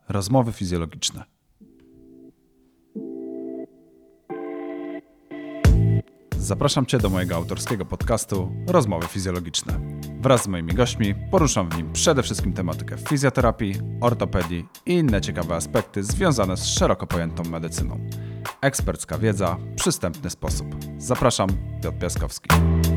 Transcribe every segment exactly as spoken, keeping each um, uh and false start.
Rozmowy fizjologiczne. Zapraszam Cię do mojego autorskiego podcastu Rozmowy fizjologiczne. Wraz z moimi gośćmi poruszam w nim przede wszystkim tematykę fizjoterapii, ortopedii i inne ciekawe aspekty związane z szeroko pojętą medycyną. Ekspercka wiedza, przystępny sposób. Zapraszam, Piotr Piaskowski.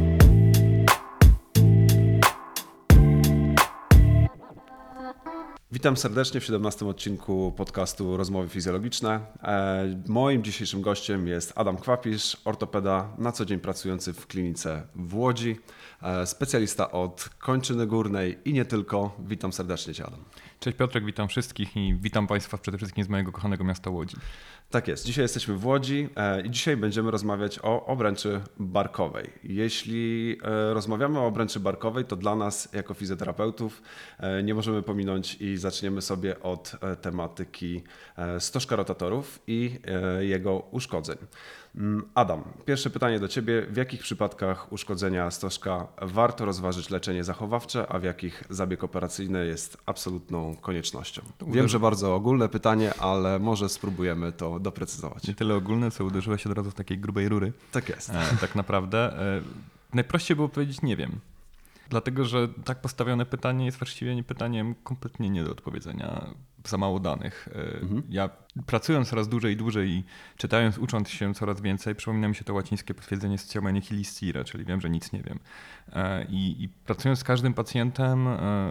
Witam serdecznie w siedemnastym odcinku podcastu Rozmowy fizjologiczne. Moim dzisiejszym gościem jest Adam Kwapisz, ortopeda na co dzień pracujący w klinice w Łodzi, specjalista od kończyny górnej i nie tylko. Witam serdecznie Cię, Adam. Cześć Piotrek, witam wszystkich i witam Państwa przede wszystkim z mojego kochanego miasta Łodzi. Tak jest, dzisiaj jesteśmy w Łodzi i dzisiaj będziemy rozmawiać o obręczy barkowej. Jeśli rozmawiamy o obręczy barkowej, to dla nas jako fizjoterapeutów nie możemy pominąć i zaczniemy sobie od tematyki stożka rotatorów i jego uszkodzeń. Adam, pierwsze pytanie do Ciebie. W jakich przypadkach uszkodzenia stożka warto rozważyć leczenie zachowawcze, a w jakich zabieg operacyjny jest absolutną koniecznością? Wiem, że bardzo ogólne pytanie, ale może spróbujemy to doprecyzować. Nie tyle ogólne, co uderzyłeś od razu w takiej grubej rury. Tak jest. E, tak naprawdę. E, najprościej było powiedzieć nie wiem. Dlatego, że tak postawione pytanie jest właściwie pytaniem kompletnie nie do odpowiedzenia. Za mało danych. Mhm. Ja pracując coraz dłużej i dłużej i czytając, ucząc się coraz więcej, przypomina mi się to łacińskie potwierdzenie Scioma nihil scire, czyli wiem, że nic nie wiem. I, i pracując z każdym pacjentem,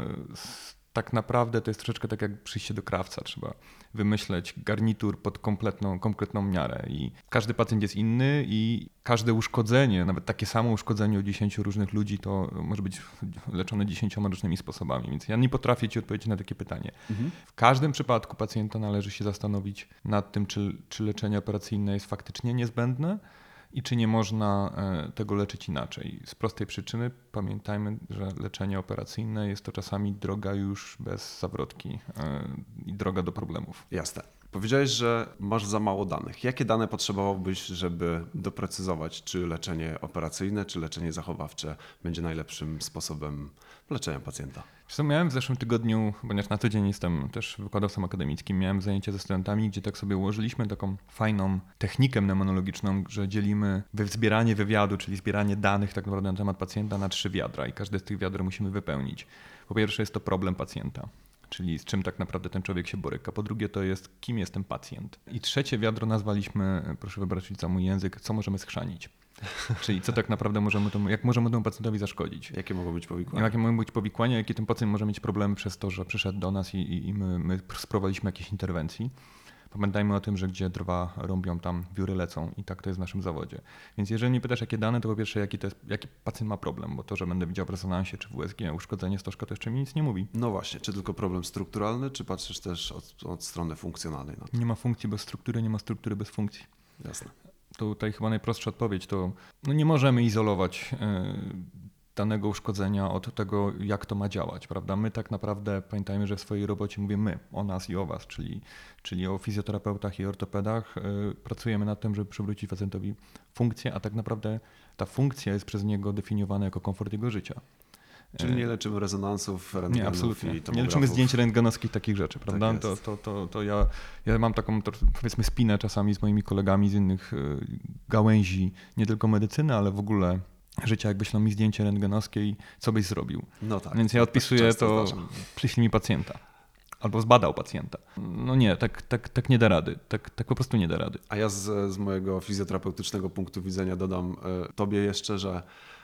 tak naprawdę to jest troszeczkę tak jak przyjście do krawca. Trzeba wymyśleć garnitur pod kompletną, kompletną miarę. I każdy pacjent jest inny i każde uszkodzenie, nawet takie samo uszkodzenie u dziesięciu różnych ludzi, to może być leczone dziesięcioma różnymi sposobami. Więc ja nie potrafię Ci odpowiedzieć na takie pytanie. Mhm. W każdym przypadku pacjenta należy się zastanowić nad tym, czy, czy leczenie operacyjne jest faktycznie niezbędne i czy nie można tego leczyć inaczej. Z prostej przyczyny pamiętajmy, że leczenie operacyjne jest to czasami droga już bez zawrotki i droga do problemów. Jasne. Powiedziałeś, że masz za mało danych. Jakie dane potrzebowałbyś, żeby doprecyzować, czy leczenie operacyjne, czy leczenie zachowawcze będzie najlepszym sposobem leczenia pacjenta? Co miałem w zeszłym tygodniu, ponieważ na co dzień jestem też wykładowcą akademickim, miałem zajęcia ze studentami, gdzie tak sobie ułożyliśmy taką fajną technikę mnemonologiczną, że dzielimy zbieranie wywiadu, czyli zbieranie danych tak naprawdę na temat pacjenta na trzy wiadra i każde z tych wiader musimy wypełnić. Po pierwsze jest to problem pacjenta, czyli z czym tak naprawdę ten człowiek się boryka. Po drugie to jest, kim jest ten pacjent. I trzecie wiadro nazwaliśmy, proszę wybaczyć za mój język, co możemy schrzanić. Czyli co tak naprawdę możemy temu, jak możemy temu pacjentowi zaszkodzić. Jakie mogą być powikłania? Jakie mogą być powikłania, jakie ten pacjent może mieć problemy przez to, że przyszedł do nas i, i my, my sprowadziliśmy jakieś interwencji. Pamiętajmy o tym, że gdzie drwa rąbią, tam wióry lecą i tak to jest w naszym zawodzie. Więc jeżeli mnie pytasz, jakie dane, to po pierwsze, jaki, to jest, jaki pacjent ma problem, bo to, że będę widział w rezonansie czy w U S G uszkodzenie stożka, to jeszcze mi nic nie mówi. No właśnie, czy tylko problem strukturalny, czy patrzysz też od, od strony funkcjonalnej? No. Nie ma funkcji bez struktury, nie ma struktury bez funkcji. Jasne. Tutaj chyba najprostsza odpowiedź to no nie możemy izolować yy, danego uszkodzenia od tego, jak to ma działać, prawda? My tak naprawdę, pamiętajmy, że w swojej robocie mówię my, o nas i o was, czyli, czyli o fizjoterapeutach i ortopedach. Yy, pracujemy nad tym, żeby przywrócić pacjentowi funkcję, a tak naprawdę ta funkcja jest przez niego definiowana jako komfort jego życia. Czyli nie leczymy rezonansów, rentgenów nie, absolutnie. i tomografów. Nie leczymy zdjęć rentgenowskich, takich rzeczy, prawda? Tak to, to, to, to ja, ja mam taką, to, powiedzmy, spinę czasami z moimi kolegami z innych y, gałęzi, nie tylko medycyny, ale w ogóle życia, jak wyślą mi zdjęcie rentgenowskie i co byś zrobił. No tak. Więc ja odpisuję to, zdarza. przyślij mi pacjenta. Albo zbadał pacjenta. No nie, tak, tak, tak nie da rady. Tak, tak po prostu nie da rady. A ja z, z mojego fizjoterapeutycznego punktu widzenia dodam y, tobie jeszcze, że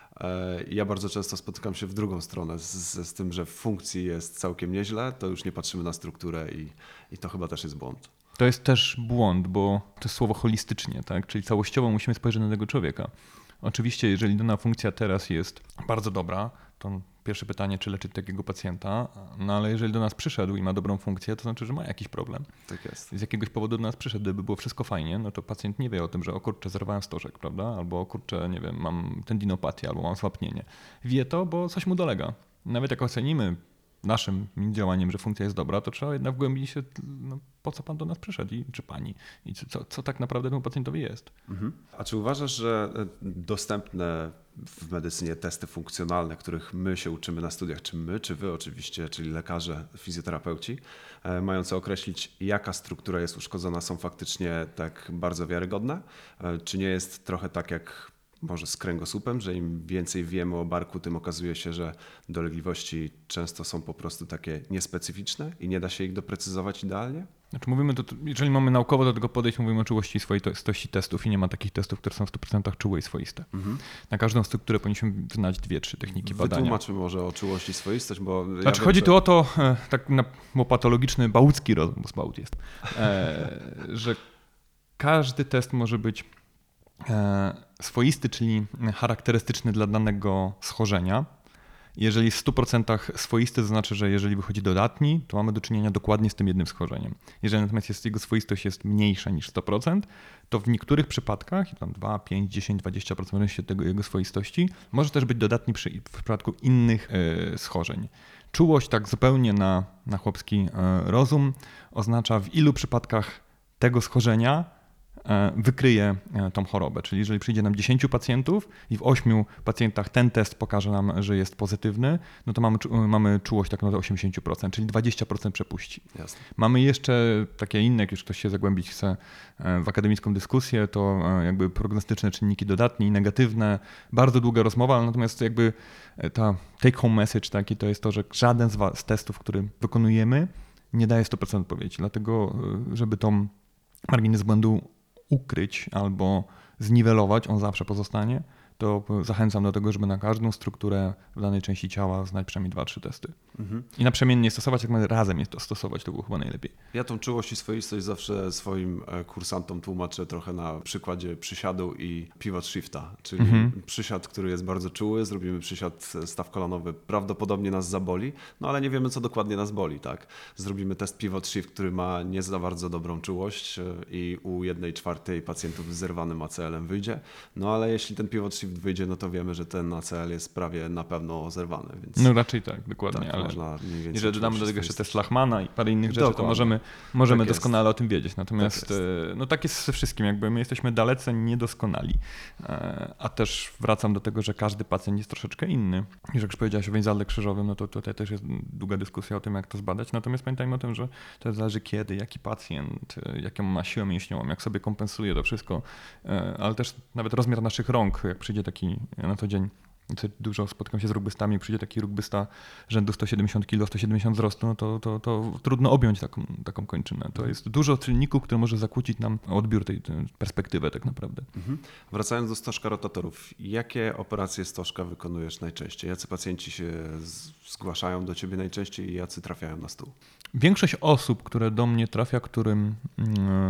ja bardzo często spotykam się w drugą stronę z, z tym, że w funkcji jest całkiem nieźle, to już nie patrzymy na strukturę i, i to chyba też jest błąd. To jest też błąd, bo to jest słowo holistycznie, tak? Czyli całościowo musimy spojrzeć na tego człowieka. Oczywiście, jeżeli dana funkcja teraz jest bardzo dobra, to pierwsze pytanie, czy leczyć takiego pacjenta, no ale jeżeli do nas przyszedł i ma dobrą funkcję, to znaczy, że ma jakiś problem. Tak jest. Z jakiegoś powodu do nas przyszedł, gdyby było wszystko fajnie, no to pacjent nie wie o tym, że o kurczę, zerwałem stożek, prawda? Albo o kurczę, nie wiem, mam tendinopatię, albo mam złapnienie. Wie to, bo coś mu dolega. Nawet jak ocenimy naszym działaniem, że funkcja jest dobra, to trzeba jednak wgłębić się, no, po co pan do nas przyszedł i czy pani i co, co tak naprawdę temu pacjentowi jest. Mhm. A czy uważasz, że dostępne w medycynie testy funkcjonalne, których my się uczymy na studiach, czy my, czy wy oczywiście, czyli lekarze, fizjoterapeuci, mające określić, jaka struktura jest uszkodzona, są faktycznie tak bardzo wiarygodne? Czy nie jest trochę tak jak może z kręgosłupem, że im więcej wiemy o barku, tym okazuje się, że dolegliwości często są po prostu takie niespecyficzne i nie da się ich doprecyzować idealnie? Znaczy mówimy, to, jeżeli mamy naukowo do tego podejść, mówimy o czułości i swoistości testów i nie ma takich testów, które są w stu procentach czułe i swoiste. Mhm. Na każdą strukturę powinniśmy znać dwie, trzy techniki badania. Wytłumaczmy może o czułości i swoistość, bo... Ja znaczy wiem, chodzi że... tu o to, tak na, bo patologiczny bałucki rozum, bo bałut jest, e, że każdy test może być e, swoisty, czyli charakterystyczny dla danego schorzenia. Jeżeli jest w stu procentach swoisty, to znaczy, że jeżeli wychodzi dodatni, to mamy do czynienia dokładnie z tym jednym schorzeniem. Jeżeli natomiast jest, jego swoistość jest mniejsza niż sto procent, to w niektórych przypadkach, tam dwa, pięć, dziesięć, dwadzieścia procent tego jego swoistości, może też być dodatni przy, w przypadku innych yy, schorzeń. Czułość tak zupełnie na, na chłopski yy, rozum oznacza, w ilu przypadkach tego schorzenia wykryje tą chorobę. Czyli jeżeli przyjdzie nam dziesięciu pacjentów i w ośmiu pacjentach ten test pokaże nam, że jest pozytywny, no to mamy, mamy czułość tak naprawdę osiemdziesiąt procent, czyli dwadzieścia procent przepuści. Jasne. Mamy jeszcze takie inne, jak już ktoś się zagłębić chce w akademicką dyskusję, to jakby prognostyczne czynniki dodatnie i negatywne. Bardzo długa rozmowa, ale natomiast jakby ta take home message taki to jest to, że żaden z, was, z testów, który wykonujemy, nie daje stu procent odpowiedzi. Dlatego, żeby tą margines błędu ukryć albo zniwelować, on zawsze pozostanie, to zachęcam do tego, żeby na każdą strukturę w danej części ciała znać przynajmniej dwa, trzy testy. Mhm. I naprzemiennie stosować, jak mamy razem je to stosować, to było chyba najlepiej. Ja tą czułość i swoistość zawsze swoim kursantom tłumaczę trochę na przykładzie przysiadu i pivot shifta, czyli mhm. przysiad, który jest bardzo czuły, zrobimy przysiad staw kolanowy, prawdopodobnie nas zaboli, no ale nie wiemy, co dokładnie nas boli, tak? Zrobimy test pivot shift, który ma nie za bardzo dobrą czułość i u jednej czwartej pacjentów z zerwanym A C L-em wyjdzie, no ale jeśli ten pivot shift wyjdzie, no to wiemy, że ten A C L jest prawie na pewno zerwany. Więc no raczej tak, dokładnie. Tak, ale można mniej więcej jeżeli dodamy do tego jeszcze test Lachmana i parę innych rzeczy, dokładnie. to możemy, możemy tak doskonale o tym wiedzieć. Natomiast tak jest. no tak jest ze wszystkim, jakby my jesteśmy dalece niedoskonali. A też wracam do tego, że każdy pacjent jest troszeczkę inny. I że jak już powiedziałeś o węzale krzyżowym, no to tutaj też jest długa dyskusja o tym, jak to zbadać. Natomiast pamiętajmy o tym, że to zależy kiedy, jaki pacjent, jaką ma siłę mięśniową, jak sobie kompensuje to wszystko, ale też nawet rozmiar naszych rąk, jak przyjdzie taki na co dzień, dużo spotkam się z rugbystami, przyjdzie taki rugbysta rzędu sto siedemdziesiąt kilo, sto siedemdziesiąt wzrostu, no to, to, to trudno objąć taką, taką kończynę. To jest dużo czynników, które może zakłócić nam odbiór tej, tej perspektywy tak naprawdę. Mhm. Wracając do stożka rotatorów, jakie operacje stożka wykonujesz najczęściej? Jacy pacjenci się zgłaszają do ciebie najczęściej i jacy trafiają na stół? Większość osób, które do mnie trafia, którym yy,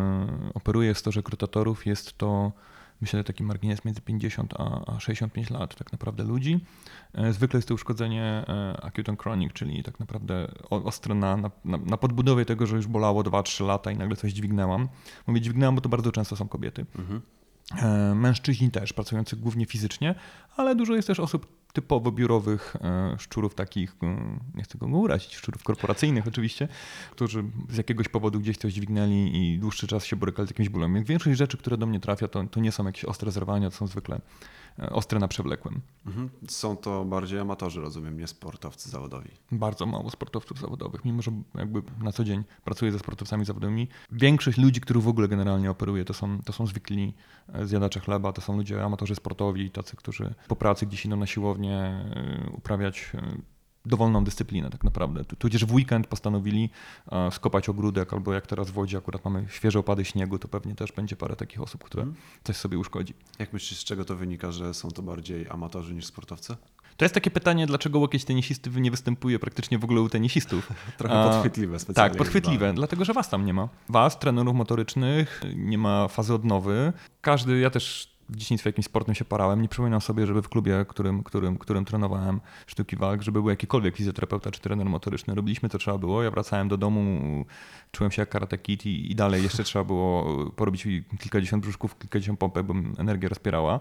operuję stożek rotatorów, jest to myślę, taki margines między pięćdziesiąt a sześćdziesiąt pięć lat tak naprawdę ludzi. Zwykle jest to uszkodzenie acute and chronic, czyli tak naprawdę ostre na, na, na podbudowie tego, że już bolało dwa trzy lata i nagle coś dźwignęłam. Mówię dźwignęłam, bo to bardzo często są kobiety. Mhm. Mężczyźni też, pracujący głównie fizycznie, ale dużo jest też osób typowo biurowych, szczurów takich, nie chcę go urazić, szczurów korporacyjnych oczywiście, którzy z jakiegoś powodu gdzieś coś dźwignęli i dłuższy czas się borykali z jakimś bólem. Większość rzeczy, które do mnie trafia, to, to nie są jakieś ostre zerwania, to są zwykle ostre na przewlekłym. Mhm. Są to bardziej amatorzy, rozumiem, nie sportowcy zawodowi. Bardzo mało sportowców zawodowych, mimo że jakby na co dzień pracuję ze sportowcami zawodowymi. Większość ludzi, których w ogóle generalnie operuję, to są, to są zwykli zjadacze chleba, to są ludzie amatorzy sportowi, tacy, którzy po pracy gdzieś idą na siłownię uprawiać dowolną dyscyplinę tak naprawdę. Tudzież w weekend postanowili skopać ogródek, albo jak teraz w Łodzi akurat mamy świeże opady śniegu, to pewnie też będzie parę takich osób, które hmm. coś sobie uszkodzi. Jak myślisz, z czego to wynika, że są to bardziej amatorzy niż sportowcy? To jest takie pytanie, dlaczego łokieć tenisisty nie występuje praktycznie w ogóle u tenisistów. Trochę podchwytliwe specjalnie. Tak, podchwytliwe, dlatego że was tam nie ma. Was, trenerów motorycznych, nie ma fazy odnowy. Każdy, ja też w dzieciństwie jakimś sportem się parałem. Nie przypominam sobie, żeby w klubie, którym, którym, którym trenowałem sztuki walk, żeby był jakikolwiek fizjoterapeuta czy trener motoryczny. Robiliśmy co trzeba było. Ja wracałem do domu czułem się jak Karate Kid i, i dalej jeszcze trzeba było porobić kilkadziesiąt brzuszków, kilkadziesiąt pompek, bo energia rozpierała.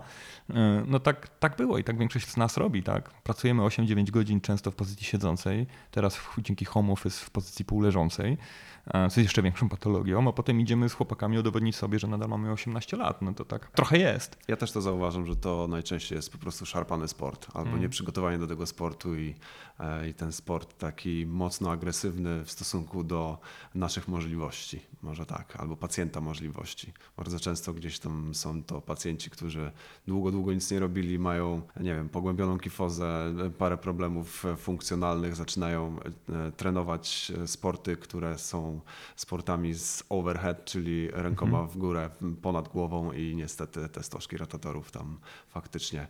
No tak, tak było i tak większość z nas robi. Tak? Pracujemy osiem dziewięć godzin często w pozycji siedzącej, teraz w, dzięki home office w pozycji półleżącej, co jest jeszcze większą patologią, a potem idziemy z chłopakami udowodnić sobie, że nadal mamy osiemnaście lat. No to tak trochę jest. Ja też to zauważam, że to najczęściej jest po prostu szarpany sport albo mm. nieprzygotowanie do tego sportu i, i ten sport taki mocno agresywny w stosunku do naszych możliwości, może tak, albo pacjenta możliwości. Bardzo często gdzieś tam są to pacjenci, którzy długo, długo nic nie robili, mają, nie wiem, pogłębioną kifozę, parę problemów funkcjonalnych, zaczynają trenować sporty, które są sportami z overhead, czyli rękoma mm. w górę, ponad głową i niestety te stożki rotatorów tam faktycznie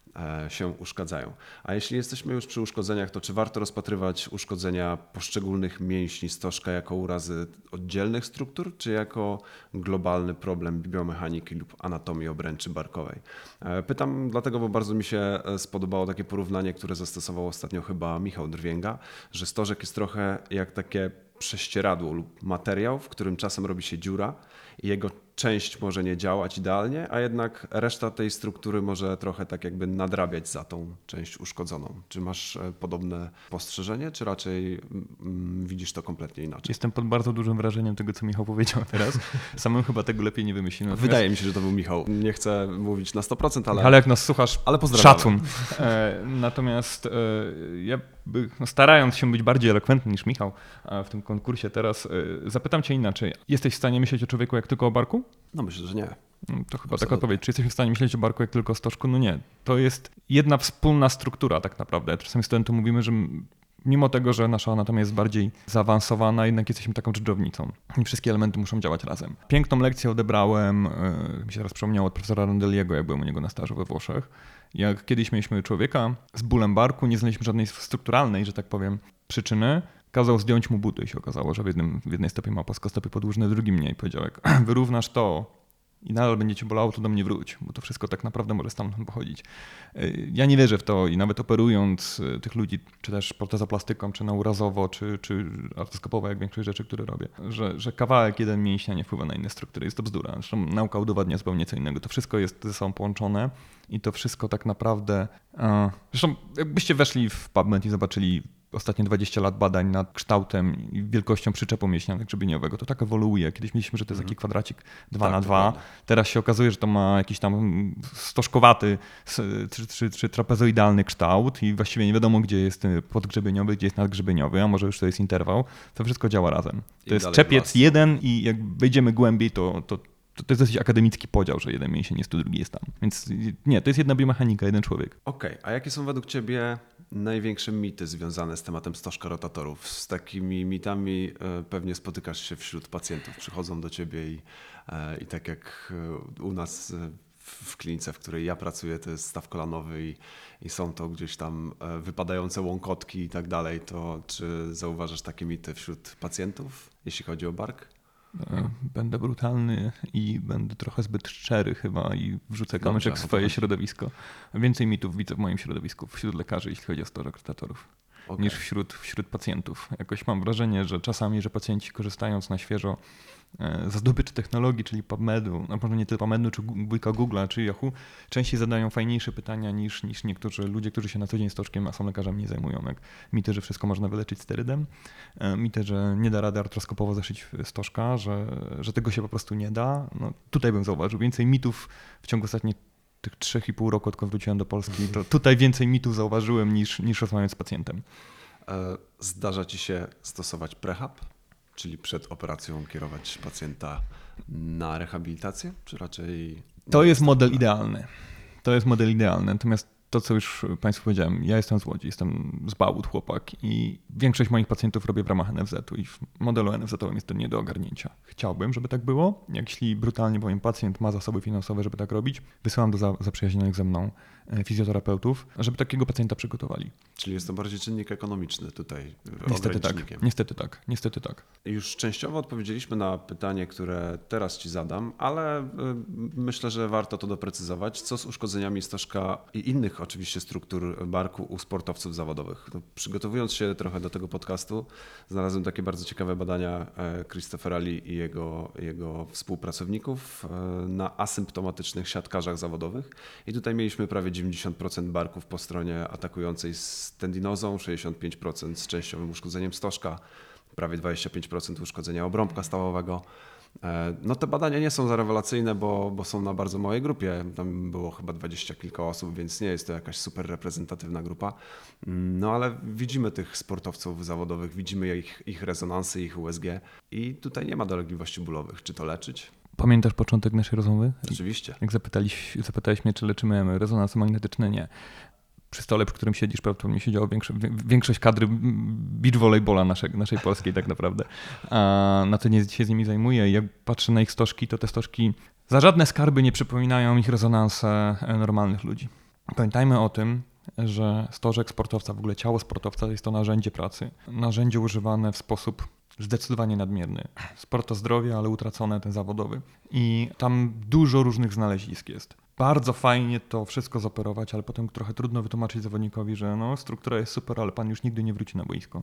się uszkadzają. A jeśli jesteśmy już przy uszkodzeniach, to czy warto rozpatrywać uszkodzenia poszczególnych mięśni stożka jako urazy oddzielnych struktur, czy jako globalny problem biomechaniki lub anatomii obręczy barkowej? Pytam dlatego, bo bardzo mi się spodobało takie porównanie, które zastosował ostatnio chyba Michał Drwięga, że stożek jest trochę jak takie prześcieradło lub materiał, w którym czasem robi się dziura i jego część może nie działać idealnie, a jednak reszta tej struktury może trochę tak jakby nadrabiać za tą część uszkodzoną. Czy masz podobne spostrzeżenie, czy raczej mm, widzisz to kompletnie inaczej? Jestem pod bardzo dużym wrażeniem tego, co Michał powiedział teraz. Samym chyba tego lepiej nie wymyślił. Wydaje mi się, że to był Michał. Nie chcę mówić na sto procent, ale... Ale jak nas słuchasz, ale pozdrawiam. Szacun. E, natomiast e, ja by, no starając się być bardziej elokwentny niż Michał w tym konkursie teraz, e, zapytam cię inaczej. Jesteś w stanie myśleć o człowieku jak tylko o barku? No myślę, że nie. No, to chyba taka odpowiedź. Czy jesteśmy w stanie myśleć o barku jak tylko o stożku? No nie. To jest jedna wspólna struktura tak naprawdę. Czasami studentom mówimy, że mimo tego, że nasza anatomia jest bardziej zaawansowana, jednak jesteśmy taką dżdżownicą. I wszystkie elementy muszą działać razem. Piękną lekcję odebrałem, yy, mi się teraz przypomniało, od profesora Randeliego, jak byłem u niego na stażu we Włoszech. Jak kiedyś mieliśmy człowieka z bólem barku, nie znaleźliśmy żadnej strukturalnej, że tak powiem, przyczyny. Kazał zdjąć mu buty i się okazało, że w, jednym, w jednej stopie ma płaskostopie podłużne, w drugim nie. I powiedział, jak wyrównasz to i nadal będzie cię bolało, to do mnie wróć, bo to wszystko tak naprawdę może stamtąd pochodzić. Ja nie wierzę w to i nawet operując tych ludzi, czy też protezoplastyką, czy naurazowo, czy, czy artroskopowo, jak większość rzeczy, które robię, że, że kawałek jeden mięśnia nie wpływa na inne struktury. Jest to bzdura. Zresztą nauka udowadnia zupełnie co innego. To wszystko jest ze sobą połączone i to wszystko tak naprawdę... Zresztą jakbyście weszli w PubMed i zobaczyli ostatnie dwadzieścia lat badań nad kształtem i wielkością przyczepu mięśnia grzybieniowego, to tak ewoluuje. Kiedyś mieliśmy, że to jest taki kwadracik dwa na dwa. Teraz się okazuje, że to ma jakiś tam stożkowaty czy, czy, czy trapezoidalny kształt i właściwie nie wiadomo, gdzie jest podgrzebieniowy, gdzie jest nadgrzebieniowy, a może już to jest interwał. To wszystko działa razem. To I jest czepiec jeden i jak wejdziemy głębiej, to, to, to jest dosyć akademicki podział, że jeden mięsień jest tu, drugi jest tam. Więc nie, to jest jedna biomechanika, jeden człowiek. Okej, okay. A jakie są według ciebie największe mity związane z tematem stożka rotatorów? Z takimi mitami pewnie spotykasz się wśród pacjentów. Przychodzą do ciebie i, i tak jak u nas w klinice, w której ja pracuję, to jest staw kolanowy i, i są to gdzieś tam wypadające łąkotki i tak dalej. To czy zauważasz takie mity wśród pacjentów, jeśli chodzi o bark? Będę brutalny i będę trochę zbyt szczery chyba i wrzucę kamyczek w swoje środowisko. Więcej mitów widzę w moim środowisku wśród lekarzy, jeśli chodzi o stożek rotatorów, okay. niż wśród, wśród pacjentów. Jakoś mam wrażenie, że czasami, że pacjenci korzystając na świeżo ze zdobyczy technologii, czyli PubMedu, no może nie tyle PubMedu, czy wujka Google'a, czy Yahoo, częściej zadają fajniejsze pytania niż, niż niektórzy ludzie, którzy się na co dzień stożkiem, a są lekarzami, nie zajmują. Jak mity, że wszystko można wyleczyć sterydem, mity, że nie da rady artroskopowo zaszyć stożka, że, że tego się po prostu nie da. No, tutaj bym zauważył więcej mitów w ciągu ostatnich tych trzech i pół roku, odkąd wróciłem do Polski. To tutaj więcej mitów zauważyłem niż, niż rozmawiając z pacjentem. Zdarza ci się stosować prehab? Czyli przed operacją kierować pacjenta na rehabilitację, czy raczej... To jest model idealny. To jest model idealny. Natomiast to, co już Państwu powiedziałem, ja jestem z Łodzi, jestem z Bałut, chłopak i większość moich pacjentów robię w ramach N F Z-u i w modelu N F Z-owym jest to nie do ogarnięcia. Chciałbym, żeby tak było. Jeśli brutalnie powiem, pacjent ma zasoby finansowe, żeby tak robić, wysyłam do zaprzyjaźnionych ze mną fizjoterapeutów, żeby takiego pacjenta przygotowali. Czyli jest to bardziej czynnik ekonomiczny tutaj. Niestety tak, niestety tak, niestety tak. Już częściowo odpowiedzieliśmy na pytanie, które teraz Ci zadam, ale myślę, że warto to doprecyzować. Co z uszkodzeniami stożka i innych innych oczywiście struktur barku u sportowców zawodowych. No, przygotowując się trochę do tego podcastu, znalazłem takie bardzo ciekawe badania Christophera Lee i jego, jego współpracowników na asymptomatycznych siatkarzach zawodowych. I tutaj mieliśmy prawie dziewięćdziesiąt procent barków po stronie atakującej z tendinozą, sześćdziesiąt pięć procent z częściowym uszkodzeniem stożka, prawie dwadzieścia pięć procent uszkodzenia obrąbka stawowego. No te badania nie są rewelacyjne, bo, bo są na bardzo małej grupie. Tam było chyba dwadzieścia kilka osób, więc nie jest to jakaś super reprezentatywna grupa. No ale widzimy tych sportowców zawodowych, widzimy ich, ich rezonansy, ich U S G i tutaj nie ma dolegliwości bólowych. Czy to leczyć? Pamiętasz początek naszej rozmowy? Oczywiście. Jak zapytałeś, zapytałeś mnie, czy leczymy rezonanse magnetyczne? Nie. Przy stole, przy którym siedzisz, prawdopodobnie siedziało większość, większość kadry beach volleybola naszej, naszej polskiej tak naprawdę. A na to nie się z nimi zajmuję i jak patrzę na ich stożki, to te stożki za żadne skarby nie przypominają ich rezonanse normalnych ludzi. Pamiętajmy o tym, że stożek sportowca, w ogóle ciało sportowca jest to narzędzie pracy. Narzędzie używane w sposób zdecydowanie nadmierny. Sport to zdrowie, ale utracone ten zawodowy. I tam dużo różnych znalezisk jest. Bardzo fajnie to wszystko zoperować, ale potem trochę trudno wytłumaczyć zawodnikowi, że no, struktura jest super, ale pan już nigdy nie wróci na boisko.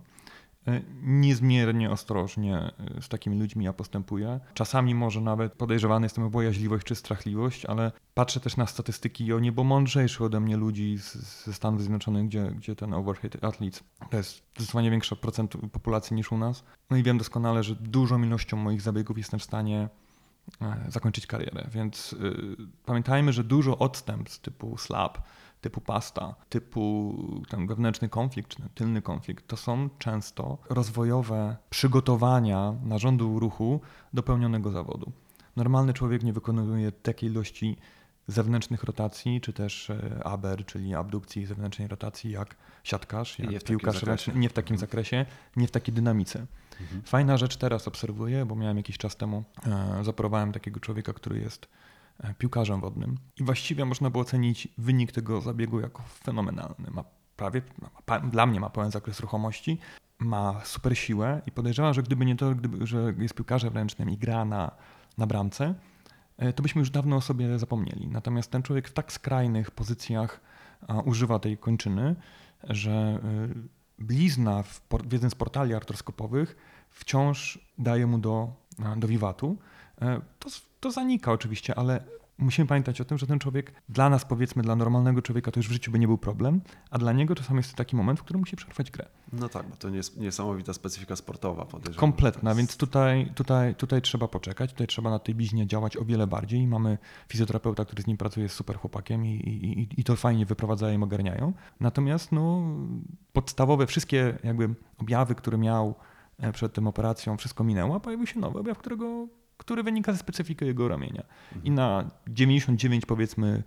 Niezmiernie ostrożnie z takimi ludźmi ja postępuję. Czasami może nawet podejrzewany jestem o bojaźliwość czy strachliwość, ale patrzę też na statystyki o niebo mądrzejszych ode mnie ludzi z, ze Stanów Zjednoczonych, gdzie, gdzie ten overhead athletes to jest zdecydowanie większy procent populacji niż u nas. No i wiem doskonale, że dużą ilością moich zabiegów jestem w stanie zakończyć karierę, więc y, pamiętajmy, że dużo odstępstw typu slap, typu pasta, typu ten wewnętrzny konflikt, czy ten tylny konflikt, to są często rozwojowe przygotowania narządu ruchu do pełnionego zawodu. Normalny człowiek nie wykonuje takiej ilości zewnętrznych rotacji, czy też A B R, czyli abdukcji zewnętrznej rotacji, jak siatkarz, jak piłkarz ręczny, nie w takim mhm. zakresie, nie w takiej dynamice. Mhm. Fajna rzecz teraz obserwuję, bo miałem jakiś czas temu, e, zaoperowałem takiego człowieka, który jest e, piłkarzem wodnym i właściwie można było ocenić wynik tego zabiegu jako fenomenalny. Ma prawie, ma, dla mnie ma pełen zakres ruchomości, ma super siłę i podejrzewam, że gdyby nie to, gdyby, że jest piłkarzem ręcznym i gra na, na bramce, e, to byśmy już dawno o sobie zapomnieli. Natomiast ten człowiek w tak skrajnych pozycjach a, używa tej kończyny, że e, blizna w, w jednym z portali artroskopowych wciąż daje mu do, do wiwatu. To, to zanika oczywiście, ale musimy pamiętać o tym, że ten człowiek dla nas, powiedzmy, dla normalnego człowieka to już w życiu by nie był problem, a dla niego czasami jest to taki moment, w którym musi przerwać grę. No tak, bo to jest niesamowita specyfika sportowa. Podejrzewam. Kompletna, jest... więc tutaj, tutaj, tutaj trzeba poczekać, tutaj trzeba na tej bliźnie działać o wiele bardziej. I mamy fizjoterapeuta, który z nim pracuje, jest super chłopakiem i, i, i to fajnie wyprowadzają i ogarniają. Natomiast no, podstawowe wszystkie jakby objawy, które miał przed tą operacją, wszystko minęło, a pojawił się nowy objaw, którego który wynika ze specyfiki jego ramienia. Mhm. I na dziewięćdziesiąt dziewięć powiedzmy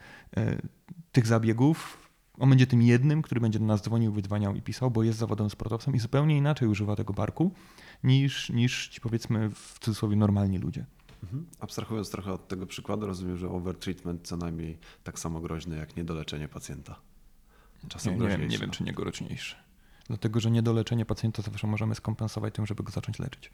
tych zabiegów on będzie tym jednym, który będzie do nas dzwonił, wydzwaniał i pisał, bo jest zawodowym sportowcem i zupełnie inaczej używa tego barku niż, niż ci powiedzmy w cudzysłowie normalni ludzie. Mhm. Abstrahując trochę od tego przykładu, rozumiem, że overtreatment co najmniej tak samo groźny jak niedoleczenie pacjenta. Czasem nie, nie, wiem, nie wiem, czy niegoroczniejszy. Dlatego, że niedoleczenie pacjenta zawsze możemy skompensować tym, żeby go zacząć leczyć.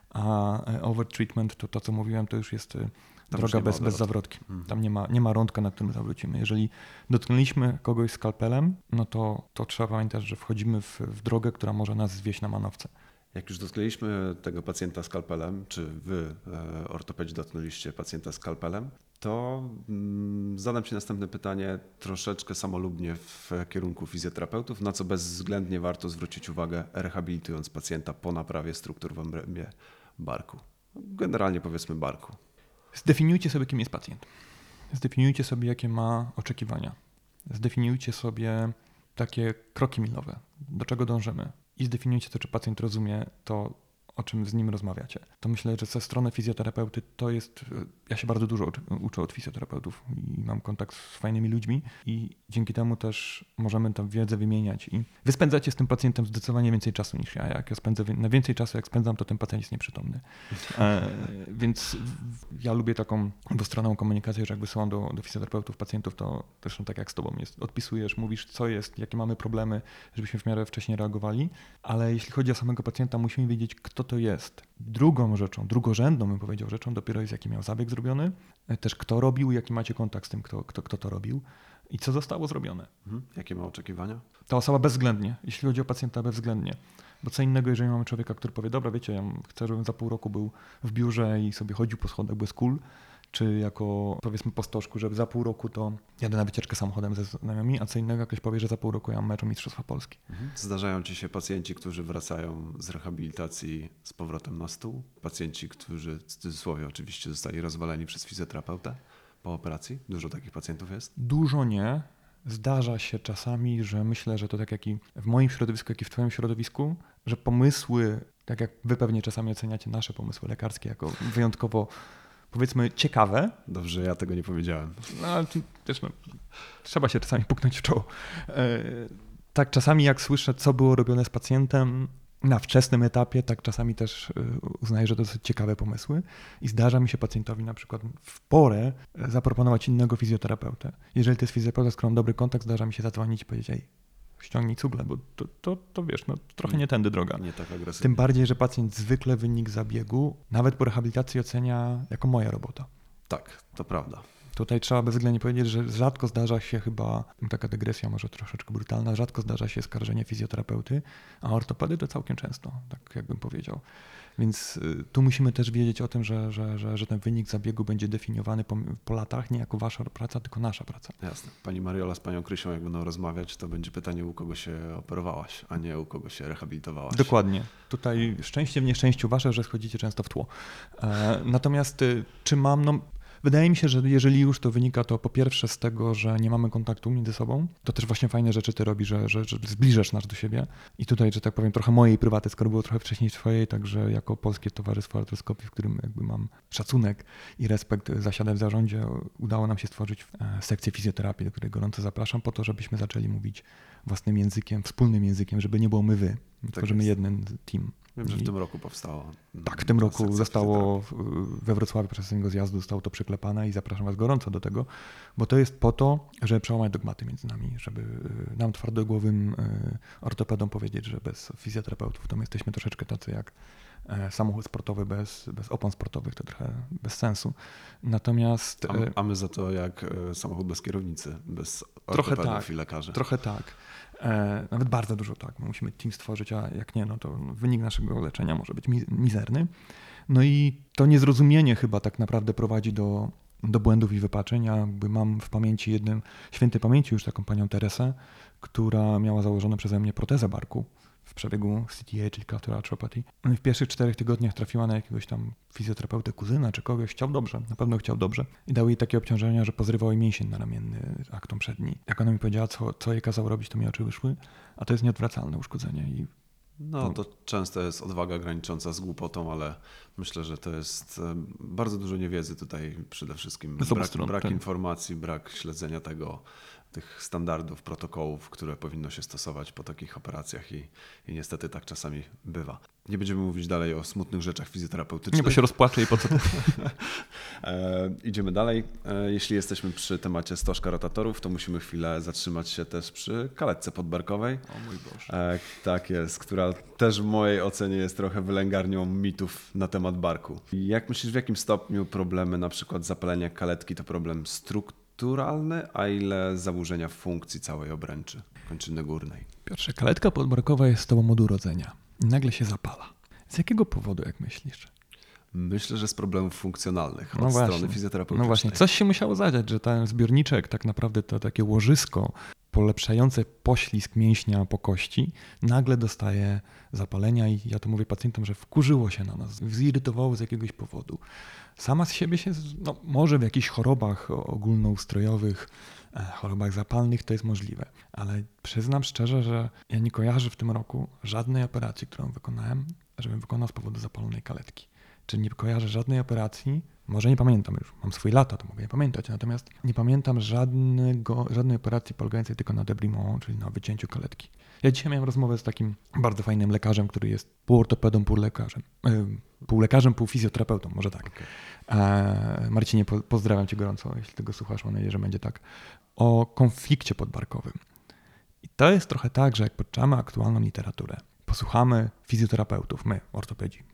A overtreatment, to to co mówiłem, to już jest Tam droga już bez, bez zawrotki. Mhm. Tam nie ma, nie ma rądka, na którym zawrócimy. Jeżeli dotknęliśmy kogoś skalpelem, no to, to trzeba pamiętać, że wchodzimy w, w drogę, która może nas zwieść na manowce. Jak już dotknęliśmy tego pacjenta skalpelem, czy wy, ortopedzi, dotknęliście pacjenta skalpelem, to zadam Ci następne pytanie troszeczkę samolubnie w kierunku fizjoterapeutów, na co bezwzględnie warto zwrócić uwagę, rehabilitując pacjenta po naprawie struktur w obrębie barku. Generalnie powiedzmy barku. Zdefiniujcie sobie, kim jest pacjent. Zdefiniujcie sobie, jakie ma oczekiwania. Zdefiniujcie sobie takie kroki milowe, do czego dążymy. I zdefiniujcie to, czy pacjent rozumie to, o czym z nim rozmawiacie. To myślę, że ze strony fizjoterapeuty to jest... Ja się bardzo dużo uczę od fizjoterapeutów i mam kontakt z fajnymi ludźmi i dzięki temu też możemy tę wiedzę wymieniać. I wy spędzacie z tym pacjentem zdecydowanie więcej czasu niż ja. Jak ja spędzę na więcej czasu, jak spędzam, to ten pacjent jest nieprzytomny. E, więc ja lubię taką dwustronną komunikację, że jak wysyłam do, do fizjoterapeutów pacjentów, to zresztą tak jak z tobą jest. Odpisujesz, mówisz, co jest, jakie mamy problemy, żebyśmy w miarę wcześniej reagowali. Ale jeśli chodzi o samego pacjenta, musimy wiedzieć, kto to jest. Drugą rzeczą, drugorzędną bym powiedział rzeczą dopiero jest, jaki miał zabieg zrobiony, też kto robił, jaki macie kontakt z tym, kto, kto, kto to robił i co zostało zrobione. Mhm. Jakie ma oczekiwania? Ta osoba bezwzględnie, jeśli chodzi o pacjenta bezwzględnie. Bo co innego, jeżeli mamy człowieka, który powie, dobra, wiecie, ja chcę, żebym za pół roku był w biurze i sobie chodził po schodach bez kul, czy jako, powiedzmy, po stożku, żeby za pół roku to jadę na wycieczkę samochodem ze znajomymi, a co innego, jak ktoś powie, że za pół roku ja mam mecz o Mistrzostwa Polski. Mhm. Zdarzają ci się pacjenci, którzy wracają z rehabilitacji z powrotem na stół? Pacjenci, którzy w cudzysłowie oczywiście zostali rozwaleni przez fizjoterapeutę po operacji? Dużo takich pacjentów jest? Dużo nie. Zdarza się czasami, że myślę, że to tak jak i w moim środowisku, jak i w twoim środowisku, że pomysły, tak jak wy pewnie czasami oceniacie nasze pomysły lekarskie jako wyjątkowo, powiedzmy, ciekawe. Dobrze, ja tego nie powiedziałem. No ale tu też no, trzeba się czasami puknąć w czoło. E, tak czasami jak słyszę, co było robione z pacjentem na wczesnym etapie, tak czasami też uznaję, że to są ciekawe pomysły i zdarza mi się pacjentowi na przykład w porę zaproponować innego fizjoterapeutę. Jeżeli to jest fizjoterapeuta, z którym mam dobry kontakt, zdarza mi się zadzwonić i powiedzieć, ej, ściągnij cugle, bo to, to, to wiesz, no trochę nie tędy droga. Nie tak agresywnie. Tym bardziej, że pacjent zwykle wynik zabiegu, nawet po rehabilitacji, ocenia jako moja robota. Tak, to prawda. Tutaj trzeba bezwzględnie powiedzieć, że rzadko zdarza się chyba, taka dygresja może troszeczkę brutalna, rzadko zdarza się skarżenie fizjoterapeuty, a ortopedy to całkiem często, tak jakbym powiedział. Więc tu musimy też wiedzieć o tym, że, że, że, że ten wynik zabiegu będzie definiowany po, po latach, nie jako wasza praca, tylko nasza praca. Jasne. Pani Mariola z panią Krysią, jak będą rozmawiać, to będzie pytanie, u kogo się operowałaś, a nie u kogo się rehabilitowałaś. Dokładnie. Tutaj szczęście w nieszczęściu wasze, że schodzicie często w tło. E, natomiast czy mam, no wydaje mi się, że jeżeli już to wynika to po pierwsze z tego, że nie mamy kontaktu między sobą, to też właśnie fajne rzeczy ty robisz, że, że, że zbliżasz nas do siebie. I tutaj, że tak powiem, trochę mojej prywaty, skoro było trochę wcześniej twojej, także jako Polskie Towarzystwo Artroskopii, w którym jakby mam szacunek i respekt, zasiadam w zarządzie, udało nam się stworzyć sekcję fizjoterapii, do której gorąco zapraszam, po to, żebyśmy zaczęli mówić własnym językiem, wspólnym językiem, żeby nie było my wy. Tak Tworzymy jest. jeden team. Wiem, że w I- tym roku powstało. Tak, w tym roku sekcja zostało w- we Wrocławiu podczas tego zjazdu zostało to przyklepane i zapraszam was gorąco do tego, bo to jest po to, żeby przełamać dogmaty między nami, żeby y, nam twardogłowym y, ortopedom powiedzieć, że bez fizjoterapeutów to my jesteśmy troszeczkę tacy jak e, samochód sportowy bez, bez opon sportowych, to trochę bez sensu. Natomiast A, e, a my za to jak e, samochód bez kierownicy, bez Trochę ortopedów tak. i lekarzy. trochę tak. E, nawet bardzo dużo tak. My musimy team stworzyć, a jak nie, no to wynik naszego leczenia może być mi- mizerny. No i to niezrozumienie chyba tak naprawdę prowadzi do, do błędów i wypaczeń. Ja jakby mam w pamięci jednym, świętej pamięci już taką panią Teresę, która miała założoną przeze mnie protezę barku w przebiegu C T A, czyli Cluster Arthropathy. No i w pierwszych czterech tygodniach trafiła na jakiegoś tam fizjoterapeutę, kuzyna czy kogoś. Chciał dobrze, na pewno chciał dobrze. I dał jej takie obciążenia, że pozrywał jej mięsień naramienny, akton przedni. Jak ona mi powiedziała, co, co jej kazał robić, to mi oczy wyszły. A to jest nieodwracalne uszkodzenie. I No to często jest odwaga granicząca z głupotą, ale myślę, że to jest e, bardzo dużo niewiedzy tutaj przede wszystkim. Z obu Brak, stron, brak tak. informacji, brak śledzenia tego, tych standardów, protokołów, które powinno się stosować po takich operacjach i, i niestety tak czasami bywa. Nie będziemy mówić dalej o smutnych rzeczach fizjoterapeutycznych. nie, bo się rozpłacze i po co to? E, idziemy dalej. E, jeśli jesteśmy przy temacie stożka rotatorów, to musimy chwilę zatrzymać się też przy kaletce podbarkowej. O mój Boże. E, tak jest, która też w mojej ocenie jest trochę wylęgarnią mitów na temat barku. I jak myślisz, w jakim stopniu problemy na przykład zapalenia kaletki to problem strukturalny, a ile zaburzenia funkcji całej obręczy kończyny górnej? Piotrze, kaletka podbarkowa jest z tobą od urodzenia. I nagle się zapala. Z jakiego powodu, jak myślisz? Myślę, że z problemów funkcjonalnych No od właśnie. strony fizjoterapeutycznej. No właśnie, coś się musiało zadziać, że ten zbiorniczek, tak naprawdę to takie łożysko polepszające poślizg mięśnia po kości, nagle dostaje zapalenia i ja to mówię pacjentom, że wkurzyło się na nas, zirytowało z jakiegoś powodu. Sama z siebie się, no może w jakichś chorobach ogólnoustrojowych, e, chorobach zapalnych to jest możliwe, ale przyznam szczerze, że ja nie kojarzę w tym roku żadnej operacji, którą wykonałem, żebym wykonał z powodu zapalonej kaletki. Czyli nie kojarzę żadnej operacji, może nie pamiętam już, mam swoje lata, to mogę nie pamiętać, natomiast nie pamiętam żadnego, żadnej operacji polegającej tylko na debridement, czyli na wycięciu kaletki. Ja dzisiaj miałem rozmowę z takim bardzo fajnym lekarzem, który jest pół ortopedą, pół lekarzem, yy, pół lekarzem, pół fizjoterapeutą, może tak. Okay. E, Marcinie, po, pozdrawiam cię gorąco, jeśli tego słuchasz, mam nadzieję, że będzie tak. O konflikcie podbarkowym. I to jest trochę tak, że jak poczytamy aktualną literaturę, posłuchamy fizjoterapeutów, my, ortopedzi,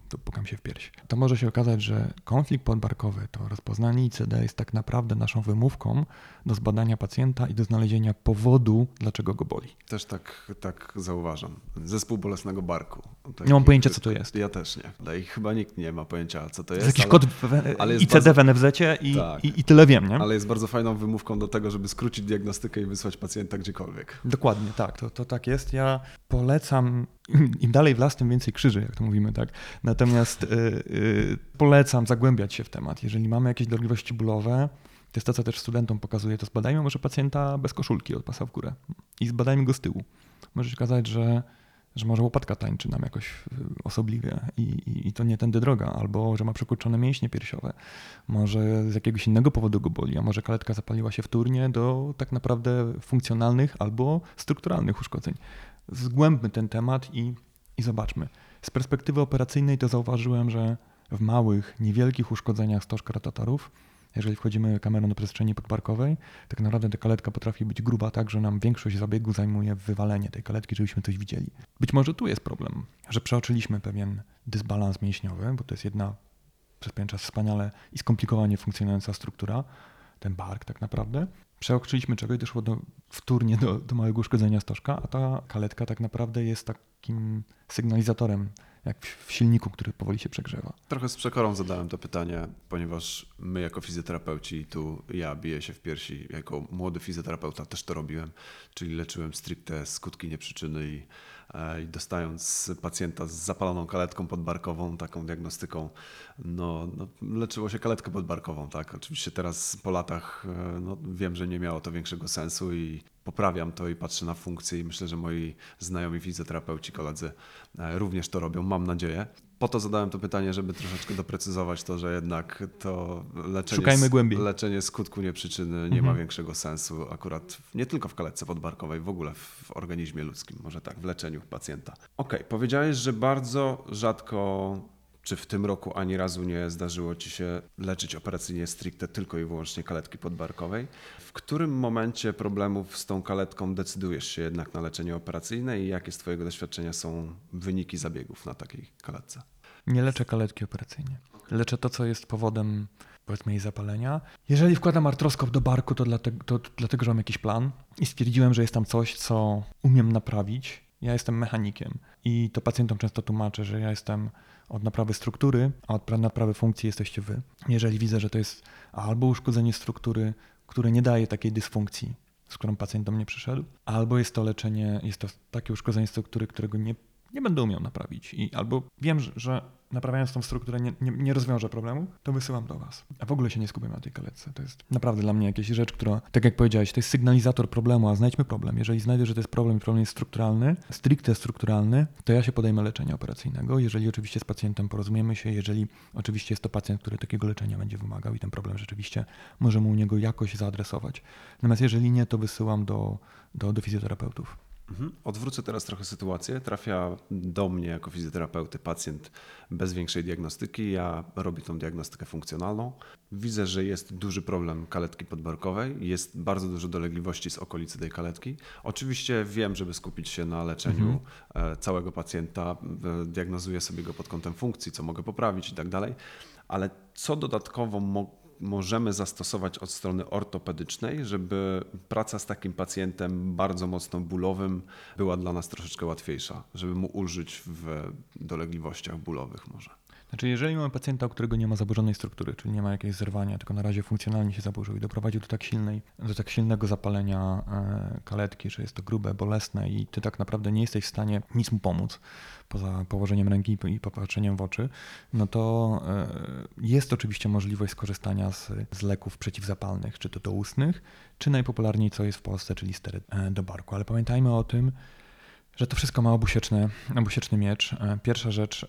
tu pukam się w pierś. To może się okazać, że konflikt podbarkowy, to rozpoznanie I C D jest tak naprawdę naszą wymówką do zbadania pacjenta i do znalezienia powodu, dlaczego go boli. Też tak, tak zauważam. Zespół bolesnego barku. Taki, Nie mam pojęcia, co to jest. Ja też nie. No i chyba nikt nie ma pojęcia, co to To jest. jest jakiś ale, kod w, ale jest I C D bardzo- w N F Z i, Tak. i, i tyle wiem, nie? ale jest bardzo fajną wymówką do tego, żeby skrócić diagnostykę i wysłać pacjenta gdziekolwiek. Dokładnie, tak, to, to tak jest. Ja polecam, im, im dalej w las, tym więcej krzyży, jak to mówimy, tak. Natomiast y, y, polecam zagłębiać się w temat. Jeżeli mamy jakieś dolegliwości bólowe, to jest to, co też studentom pokazuję, to zbadajmy może pacjenta bez koszulki od pasa w górę i zbadajmy go z tyłu. Może się okazać, że, że może łopatka tańczy nam jakoś y, osobliwie i, i, i to nie tędy droga, albo że ma przykurczone mięśnie piersiowe, może z jakiegoś innego powodu go boli, a może kaletka zapaliła się wtórnie do tak naprawdę funkcjonalnych albo strukturalnych uszkodzeń. Zgłębmy ten temat i, i zobaczmy. Z perspektywy operacyjnej to zauważyłem, że w małych, niewielkich uszkodzeniach stożka rotatorów, jeżeli wchodzimy kamerą do przestrzeni podbarkowej, tak naprawdę ta kaletka potrafi być gruba tak, że nam większość zabiegu zajmuje wywalenie tej kaletki, żebyśmy coś widzieli. Być może tu jest problem, że przeoczyliśmy pewien dysbalans mięśniowy, bo to jest jedna przez pewien czas wspaniale i skomplikowanie funkcjonująca struktura, ten bark tak naprawdę. Przeoczyliśmy czego i doszło do, wtórnie do, do małego uszkodzenia stożka, a ta kaletka tak naprawdę jest takim sygnalizatorem, jak w, w silniku, który powoli się przegrzewa. Trochę z przekorą zadałem to pytanie, ponieważ my jako fizjoterapeuci, tu ja biję się w piersi, jako młody fizjoterapeuta też to robiłem, czyli leczyłem stricte skutki, nie przyczyny i, e, i dostając pacjenta z zapaloną kaletką podbarkową, taką diagnostyką, no, no leczyło się kaletkę podbarkową, tak. Oczywiście teraz po latach e, no, wiem, że nie miało to większego sensu i poprawiam to i patrzę na funkcję i myślę, że moi znajomi fizjoterapeuci, koledzy e, również to robią, mam nadzieję. Po to zadałem to pytanie, żeby troszeczkę doprecyzować to, że jednak to leczenie, Szukajmy głębiej. leczenie skutku, nie przyczyny nie Mhm. ma większego sensu akurat w- nie tylko w kaletce podbarkowej, w ogóle w organizmie ludzkim, może tak, w leczeniu pacjenta. Okej, powiedziałeś, że bardzo rzadko, czy w tym roku ani razu nie zdarzyło Ci się leczyć operacyjnie stricte tylko i wyłącznie kaletki podbarkowej. W którym momencie problemów z tą kaletką decydujesz się jednak na leczenie operacyjne i jakie z Twojego doświadczenia są wyniki zabiegów na takiej kaletce? Nie leczę kaletki operacyjnie. Leczę to, co jest powodem, powiedzmy, jej zapalenia. Jeżeli wkładam artroskop do barku, to dlatego, to dlatego, że mam jakiś plan i stwierdziłem, że jest tam coś, co umiem naprawić. Ja jestem mechanikiem i to pacjentom często tłumaczę, że ja jestem od naprawy struktury, a od pra- naprawy funkcji jesteście wy. Jeżeli widzę, że to jest albo uszkodzenie struktury, które nie daje takiej dysfunkcji, z którą pacjent do mnie przyszedł, albo jest to leczenie, jest to takie uszkodzenie struktury, którego nie, nie będę umiał naprawić. I albo wiem, że, że naprawiając tą strukturę nie, nie, nie rozwiążę problemu, to wysyłam do was. A w ogóle się nie skupiam na tej kaletce. To jest naprawdę dla mnie jakaś rzecz, która, tak jak powiedziałeś, to jest sygnalizator problemu, a znajdźmy problem. Jeżeli znajdę, że to jest problem i problem jest strukturalny, stricte strukturalny, to ja się podejmę leczenia operacyjnego. Jeżeli oczywiście z pacjentem porozumiemy się, jeżeli oczywiście jest to pacjent, który takiego leczenia będzie wymagał i ten problem rzeczywiście możemy u niego jakoś zaadresować. Natomiast jeżeli nie, to wysyłam do, do, do fizjoterapeutów. Mhm. Odwrócę teraz trochę sytuację. Trafia do mnie jako fizjoterapeuty pacjent bez większej diagnostyki. Ja robię tą diagnostykę funkcjonalną. Widzę, że jest duży problem kaletki podbarkowej. Jest bardzo dużo dolegliwości z okolicy tej kaletki. Oczywiście wiem, żeby skupić się na leczeniu mhm. całego pacjenta. Diagnozuję sobie go pod kątem funkcji, co mogę poprawić i tak dalej. Ale co dodatkowo mogę możemy zastosować od strony ortopedycznej, żeby praca z takim pacjentem bardzo mocno bólowym była dla nas troszeczkę łatwiejsza, żeby mu ulżyć w dolegliwościach bólowych może. Znaczy, jeżeli mamy pacjenta, u którego nie ma zaburzonej struktury, czyli nie ma jakiegoś zerwania, tylko na razie funkcjonalnie się zaburzył i doprowadził do tak, silnej, do tak silnego zapalenia kaletki, że jest to grube, bolesne i ty tak naprawdę nie jesteś w stanie nic mu pomóc, poza położeniem ręki i popatrzeniem w oczy, no to jest oczywiście możliwość skorzystania z, z leków przeciwzapalnych, czy to doustnych, czy najpopularniej co jest w Polsce, czyli sterydy do barku. Ale pamiętajmy o tym, że to wszystko ma obusieczny, obusieczny miecz. Pierwsza rzecz,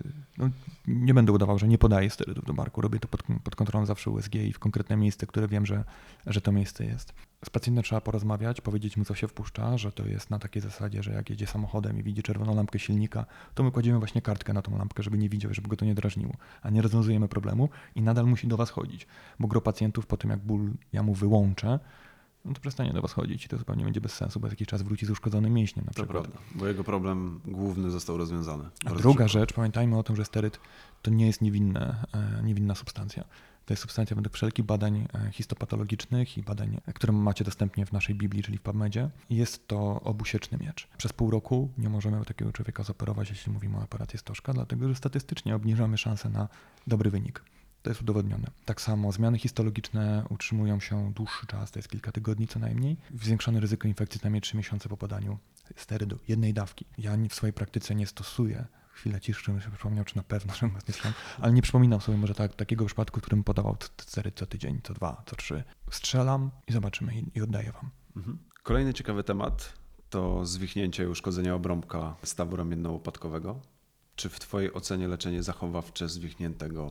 no nie będę udawał, że nie podaję sterydów do barku. Robię to pod, pod kontrolą zawsze U S G i w konkretne miejsce, które wiem, że, że to miejsce jest. Z pacjentem trzeba porozmawiać, powiedzieć mu, co się wpuszcza, że to jest na takiej zasadzie, że jak jedzie samochodem i widzi czerwoną lampkę silnika, to my kładziemy właśnie kartkę na tą lampkę, żeby nie widział, żeby go to nie drażniło. A nie rozwiązujemy problemu i nadal musi do was chodzić. Bo gro pacjentów po tym, jak ból ja mu wyłączę, no to przestanie do was chodzić i to zupełnie będzie bez sensu, bo jakiś czas wróci z uszkodzonym mięśniem na To przykład. prawda, bo jego problem główny został rozwiązany. A Bardzo druga szybko. rzecz, pamiętajmy o tym, że steryt to nie jest niewinne, e, niewinna substancja. To jest substancja według wszelkich badań e, histopatologicznych i badań, e, które macie dostępnie w naszej Biblii, czyli w PubMedzie. Jest to obusieczny miecz. Przez pół roku nie możemy takiego człowieka zoperować, jeśli mówimy o operacji stożka, dlatego że statystycznie obniżamy szanse na dobry wynik. To jest udowodnione. Tak samo zmiany histologiczne utrzymują się dłuższy czas, to jest kilka tygodni co najmniej. Zwiększone ryzyko infekcji co najmniej trzy miesiące po podaniu sterydu, jednej dawki. Ja nie- w swojej praktyce nie stosuję. Chwilę ciszy, żebym sobie przypomniał, czy na pewno, żebym was nie słuchał, ale nie przypominam sobie może tak, takiego przypadku, w którym podawał t- steryt co tydzień, co dwa, co trzy. Strzelam i zobaczymy i, i oddaję wam. Mhm. Kolejny ciekawy temat to zwichnięcie i uszkodzenia obrąbka stawu ramienno-łopatkowego. Czy w twojej ocenie leczenie zachowawcze zwichniętego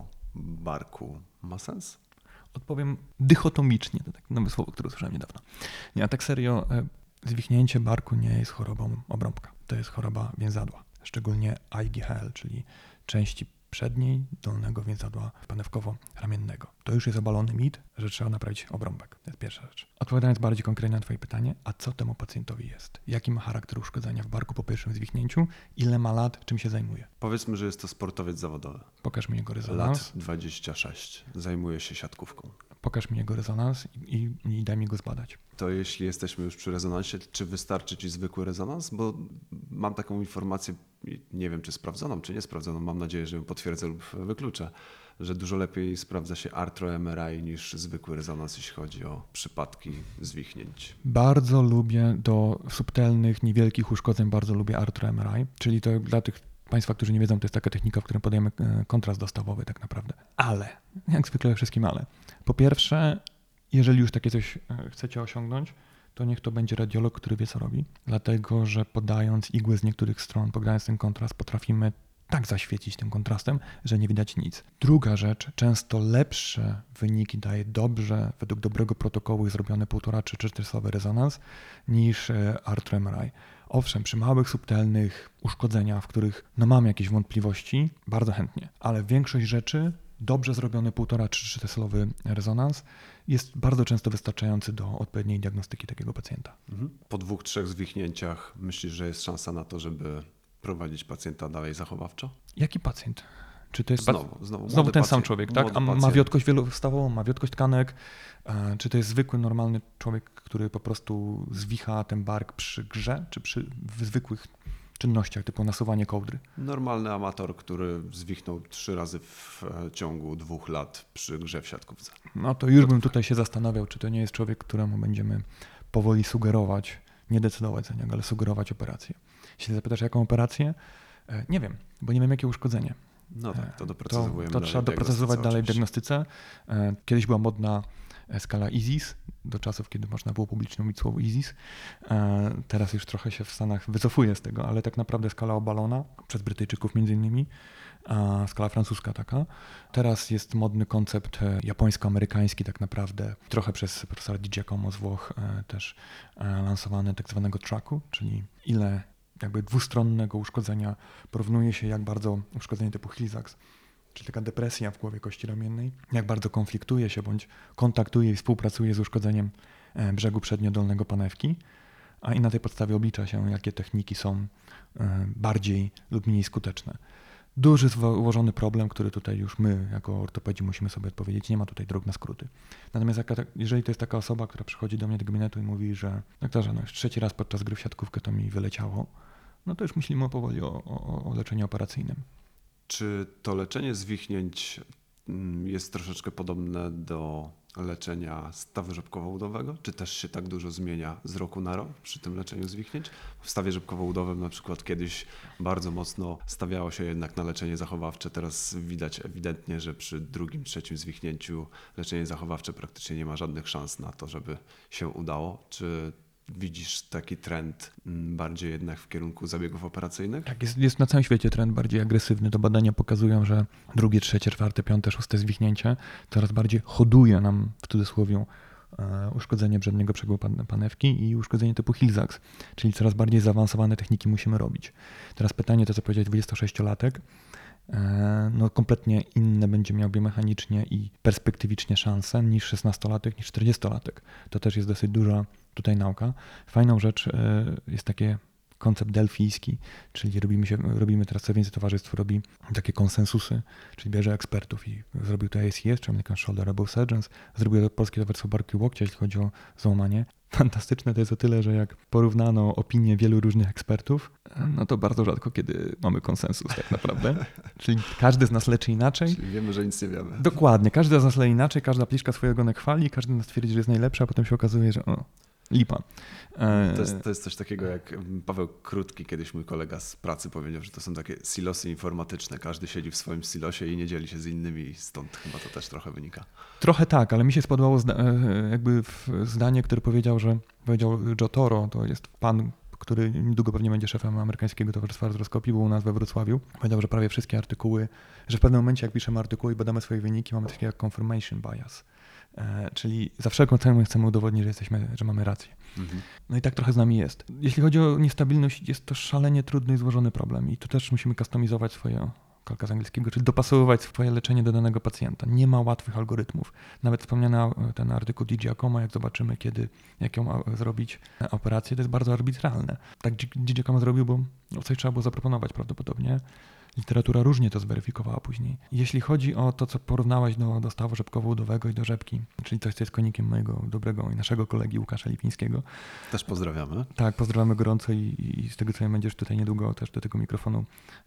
barku ma sens? Odpowiem dychotomicznie, to tak nowe słowo, które usłyszałem niedawno. Nie, a tak serio, e, zwichnięcie barku nie jest chorobą obrąbka. To jest choroba więzadła, szczególnie I G H L, czyli części przedniej dolnego więzadła panewkowo-ramiennego. To już jest obalony mit, że trzeba naprawić obrąbek. To jest pierwsza rzecz. Odpowiadając bardziej konkretnie na twoje pytanie, a co temu pacjentowi jest? Jaki ma charakter uszkodzenia w barku po pierwszym zwichnięciu? Ile ma lat? Czym się zajmuje? Powiedzmy, że jest to sportowiec zawodowy. Pokaż mi jego rezonans. Lat dwadzieścia sześć. Zajmuje się siatkówką. Pokaż mi jego rezonans i, i, i daj mi go zbadać. To jeśli jesteśmy już przy rezonansie, czy wystarczy ci zwykły rezonans? Bo mam taką informację, nie wiem czy sprawdzoną, czy nie sprawdzoną, mam nadzieję, że ją potwierdzę lub wykluczę, że dużo lepiej sprawdza się artro-M R I niż zwykły rezonans, jeśli chodzi o przypadki zwichnięć. Bardzo lubię do subtelnych, niewielkich uszkodzeń, bardzo lubię artro-M R I, czyli to dla tych Państwa, którzy nie wiedzą, to jest taka technika, w której podajemy e, kontrast dostawowy tak naprawdę. Ale, jak zwykle we wszystkim ale. Po pierwsze, jeżeli już takie coś e, chcecie osiągnąć, to niech to będzie radiolog, który wie co robi, dlatego że podając igłę z niektórych stron, podając ten kontrast, potrafimy tak zaświecić tym kontrastem, że nie widać nic. Druga rzecz, często lepsze wyniki daje dobrze, według dobrego protokołu zrobiony półtora czy czterystowy rezonans niż artro-M R I. Owszem, przy małych, subtelnych uszkodzeniach, w których no mam jakieś wątpliwości, bardzo chętnie, ale większość rzeczy, dobrze zrobiony półtora czy czterystowy rezonans jest bardzo często wystarczający do odpowiedniej diagnostyki takiego pacjenta. Mhm. Po dwóch, trzech zwichnięciach myślisz, że jest szansa na to, żeby prowadzić pacjenta dalej zachowawczo? Jaki pacjent? Czy to jest Znowu, pac- znowu, znowu młody ten pacjent, sam człowiek, tak? młody A ma pacjent. wiotkość wielostawową, ma wiotkość tkanek, e, czy to jest zwykły, normalny człowiek, który po prostu zwicha ten bark przy grze, czy przy w zwykłych czynnościach, typu nasuwanie kołdry? Normalny amator, który zwichnął trzy razy w e, ciągu dwóch lat przy grze w siatkówce. No to już bym tutaj się zastanawiał, czy to nie jest człowiek, któremu będziemy powoli sugerować, nie decydować za niego, ale sugerować operację. Jeśli zapytasz, jaką operację? E, nie wiem, bo nie wiem, jakie uszkodzenie. No tak, to To, doprecyzowujemy to dalej trzeba w doprecyzować dalej w diagnostyce diagnostyce. E, Kiedyś była modna e, skala I Z I S, do czasów, kiedy można było publicznie mówić słowo I Z I S. E, Teraz już trochę się w Stanach wycofuje z tego, ale tak naprawdę skala obalona, przez Brytyjczyków między innymi, a skala francuska taka. Teraz jest modny koncept e, japońsko-amerykański tak naprawdę, trochę przez profesora Di Giacomo z Włoch e, też e, lansowany tak zwanego tracku, czyli ile jakby dwustronnego uszkodzenia porównuje się, jak bardzo uszkodzenie typu Hill-Sachs, czyli taka depresja w głowie kości ramiennej, jak bardzo konfliktuje się bądź kontaktuje i współpracuje z uszkodzeniem e, brzegu przedniodolnego panewki, a i na tej podstawie oblicza się, jakie techniki są e, bardziej lub mniej skuteczne. Duży, złożony problem, który tutaj już my, jako ortopedzi, musimy sobie odpowiedzieć. Nie ma tutaj dróg na skróty. Natomiast jaka, jeżeli to jest taka osoba, która przychodzi do mnie do gabinetu i mówi, że doktorze, no już trzeci raz podczas gry w siatkówkę to mi wyleciało, no to już myślimy powoli o, o, o leczeniu operacyjnym. Czy to leczenie zwichnięć mm, jest troszeczkę podobne do leczenia stawu rzepkowo-udowego? Czy też się tak dużo zmienia z roku na rok przy tym leczeniu zwichnięć? W stawie rzepkowo-udowym na przykład kiedyś bardzo mocno stawiało się jednak na leczenie zachowawcze. Teraz widać ewidentnie, że przy drugim, trzecim zwichnięciu leczenie zachowawcze praktycznie nie ma żadnych szans na to, żeby się udało. Czy widzisz taki trend bardziej jednak w kierunku zabiegów operacyjnych? Tak, jest, jest na całym świecie trend bardziej agresywny. To badania pokazują, że drugie, trzecie, czwarte, piąte, szóste zwichnięcie coraz bardziej hoduje nam, w cudzysłowie, e, uszkodzenie przedniego brzegu pan, panewki i uszkodzenie typu Hill-Sachs, czyli coraz bardziej zaawansowane techniki musimy robić. Teraz pytanie, to co powiedziałeś, dwudziestosześciolatek. no kompletnie inne będzie miał biomechanicznie i perspektywicznie szanse niż szesnastolatek, niż czterdziestolatek. To też jest dosyć duża tutaj nauka. Fajną rzecz jest takie koncept delfijski, czyli robimy, się, robimy teraz co więcej towarzystw, robi takie konsensusy, czyli bierze ekspertów i zrobił to A C S, czyli American Shoulder Above Surgeons, zrobił to Polskie Towarzystwo Barki Łokcia, jeśli chodzi o złamanie. Fantastyczne to jest o tyle, że jak porównano opinie wielu różnych ekspertów, no to bardzo rzadko kiedy mamy konsensus tak naprawdę. Czyli każdy z nas leczy inaczej. Czyli wiemy, że nic nie wiemy. Dokładnie, każdy z nas leczy inaczej, każda pliczka swojego ogonek chwali, każdy z nas twierdzi, że jest najlepsza, a potem się okazuje, że o, lipa. To jest, to jest coś takiego jak Paweł Krótki, kiedyś mój kolega z pracy powiedział, że to są takie silosy informatyczne. Każdy siedzi w swoim silosie i nie dzieli się z innymi, stąd chyba to też trochę wynika. Trochę tak, ale mi się spodobało zda- jakby zdanie, które powiedział, że powiedział Joe Toro, to jest pan, który niedługo pewnie będzie szefem Amerykańskiego Towarzystwa Artroskopii, był u nas we Wrocławiu. Powiedział, że prawie wszystkie artykuły, że w pewnym momencie jak piszemy artykuły i badamy swoje wyniki, mamy takie jak confirmation bias. Czyli za wszelką cenę chcemy udowodnić, że jesteśmy, że mamy rację. Mhm. No i tak trochę z nami jest. Jeśli chodzi o niestabilność, jest to szalenie trudny i złożony problem i tu też musimy kustomizować swoje, kalka z angielskiego, czyli dopasowywać swoje leczenie do danego pacjenta. Nie ma łatwych algorytmów. Nawet wspomniany ten artykuł D J Acoma, jak zobaczymy kiedy, jak ją zrobić operację, to jest bardzo arbitralne. Tak D J Acoma zrobił, bo no, coś trzeba było zaproponować prawdopodobnie. Literatura różnie to zweryfikowała później. Jeśli chodzi o to, co porównałeś do, do stawu rzepkowo-udowego i do rzepki, czyli coś, co jest konikiem mojego dobrego i naszego kolegi Łukasza Lipińskiego. Też pozdrawiamy. Tak, pozdrawiamy gorąco i, i z tego, co będziesz tutaj niedługo też do tego mikrofonu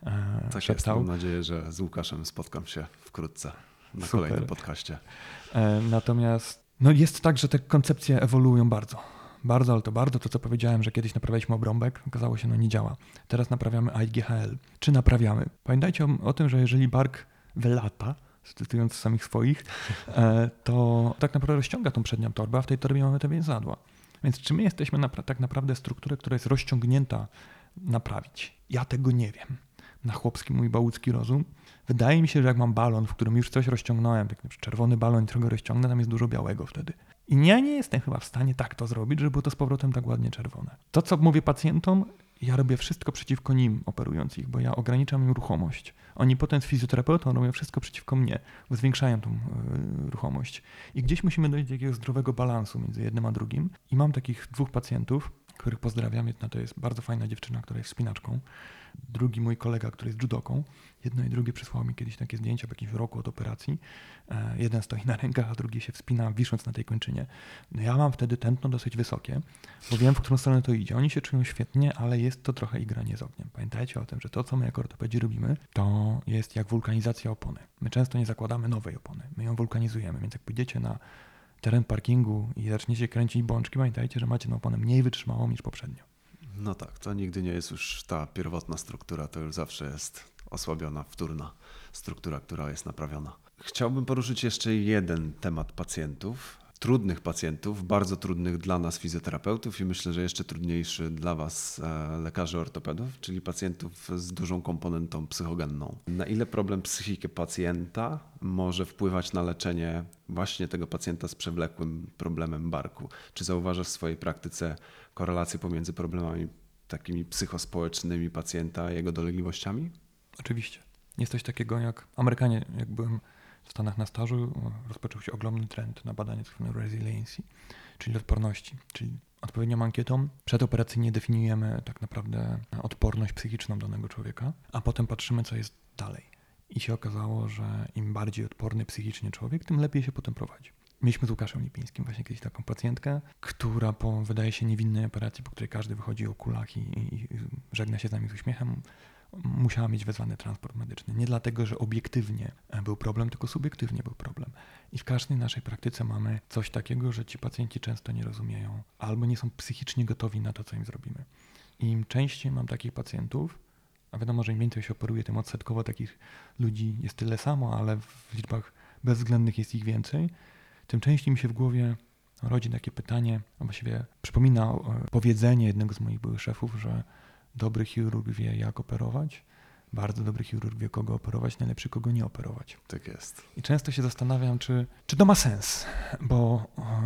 e, tak szeptał. Jest, mam nadzieję, że z Łukaszem spotkam się wkrótce na Super. kolejnym podcaście. E, natomiast no jest tak, że te koncepcje ewoluują bardzo. Bardzo, ale to bardzo. To, co powiedziałem, że kiedyś naprawialiśmy obrąbek, okazało się, no nie działa. Teraz naprawiamy I G H L. Czy naprawiamy? Pamiętajcie o, o tym, że jeżeli bark wylata, cytując samych swoich, e, to tak naprawdę rozciąga tą przednią torbę, a w tej torbie mamy te więzadła. Więc czy my jesteśmy napra- tak naprawdę strukturę, która jest rozciągnięta, naprawić? Ja tego nie wiem. Na chłopski mój bałucki rozum. Wydaje mi się, że jak mam balon, w którym już coś rozciągnąłem, tak jak czerwony balon i trochę go rozciągnę, tam jest dużo białego wtedy. I ja nie jestem chyba w stanie tak to zrobić, żeby było to z powrotem tak ładnie czerwone. To, co mówię pacjentom, ja robię wszystko przeciwko nim, operując ich, bo ja ograniczam im ruchomość. Oni potem z fizjoterapeutą robią wszystko przeciwko mnie, bo zwiększają tą yy, ruchomość. I gdzieś musimy dojść do jakiegoś zdrowego balansu między jednym a drugim. I mam takich dwóch pacjentów, których pozdrawiam. Jedna to jest bardzo fajna dziewczyna, która jest wspinaczką. Drugi mój kolega, który jest judoką. Jedno i drugie przysłało mi kiedyś takie zdjęcia w jakimś roku od operacji. E, jeden stoi na rękach, a drugi się wspina, wisząc na tej kończynie. No ja mam wtedy tętno dosyć wysokie, bo wiem, w którą stronę to idzie. Oni się czują świetnie, ale jest to trochę igranie z ogniem. Pamiętajcie o tym, że to, co my jako ortopedzi robimy, to jest jak wulkanizacja opony. My często nie zakładamy nowej opony, my ją wulkanizujemy, więc jak pójdziecie na teren parkingu i zaczniecie kręcić bączki, pamiętajcie, że macie na oponę mniej wytrzymałą niż poprzednio. No tak, to nigdy nie jest już ta pierwotna struktura, to już zawsze jest osłabiona, wtórna struktura, która jest naprawiona. Chciałbym poruszyć jeszcze jeden temat pacjentów, trudnych pacjentów, bardzo trudnych dla nas fizjoterapeutów i myślę, że jeszcze trudniejszy dla was lekarzy ortopedów, czyli pacjentów z dużą komponentą psychogenną. Na ile problem psychiki pacjenta może wpływać na leczenie właśnie tego pacjenta z przewlekłym problemem barku? Czy zauważasz w swojej praktyce korelację pomiędzy problemami takimi psychospołecznymi pacjenta i jego dolegliwościami? Oczywiście. Jest coś takiego jak Amerykanie, jak byłem w Stanach na stażu, rozpoczął się ogromny trend na badanie tzw. resiliency, czyli odporności, czyli odpowiednią ankietą. Przedoperacyjnie definiujemy tak naprawdę odporność psychiczną danego człowieka, a potem patrzymy, co jest dalej. I się okazało, że im bardziej odporny psychicznie człowiek, tym lepiej się potem prowadzi. Mieliśmy z Łukaszem Lipińskim właśnie kiedyś taką pacjentkę, która po, wydaje się, niewinnej operacji, po której każdy wychodzi o kulach i, i, i żegna się z nami z uśmiechem, musiała mieć wezwany transport medyczny. Nie dlatego, że obiektywnie był problem, tylko subiektywnie był problem. I w każdej naszej praktyce mamy coś takiego, że ci pacjenci często nie rozumieją albo nie są psychicznie gotowi na to, co im zrobimy. I im częściej mam takich pacjentów, a wiadomo, że im więcej się operuje, tym odsetkowo takich ludzi jest tyle samo, ale w liczbach bezwzględnych jest ich więcej, tym częściej mi się w głowie rodzi takie pytanie, a właściwie przypomina powiedzenie jednego z moich byłych szefów, że dobry chirurg wie, jak operować, bardzo dobry chirurg wie, kogo operować, najlepszy, kogo nie operować. Tak jest. I często się zastanawiam, czy, czy to ma sens, bo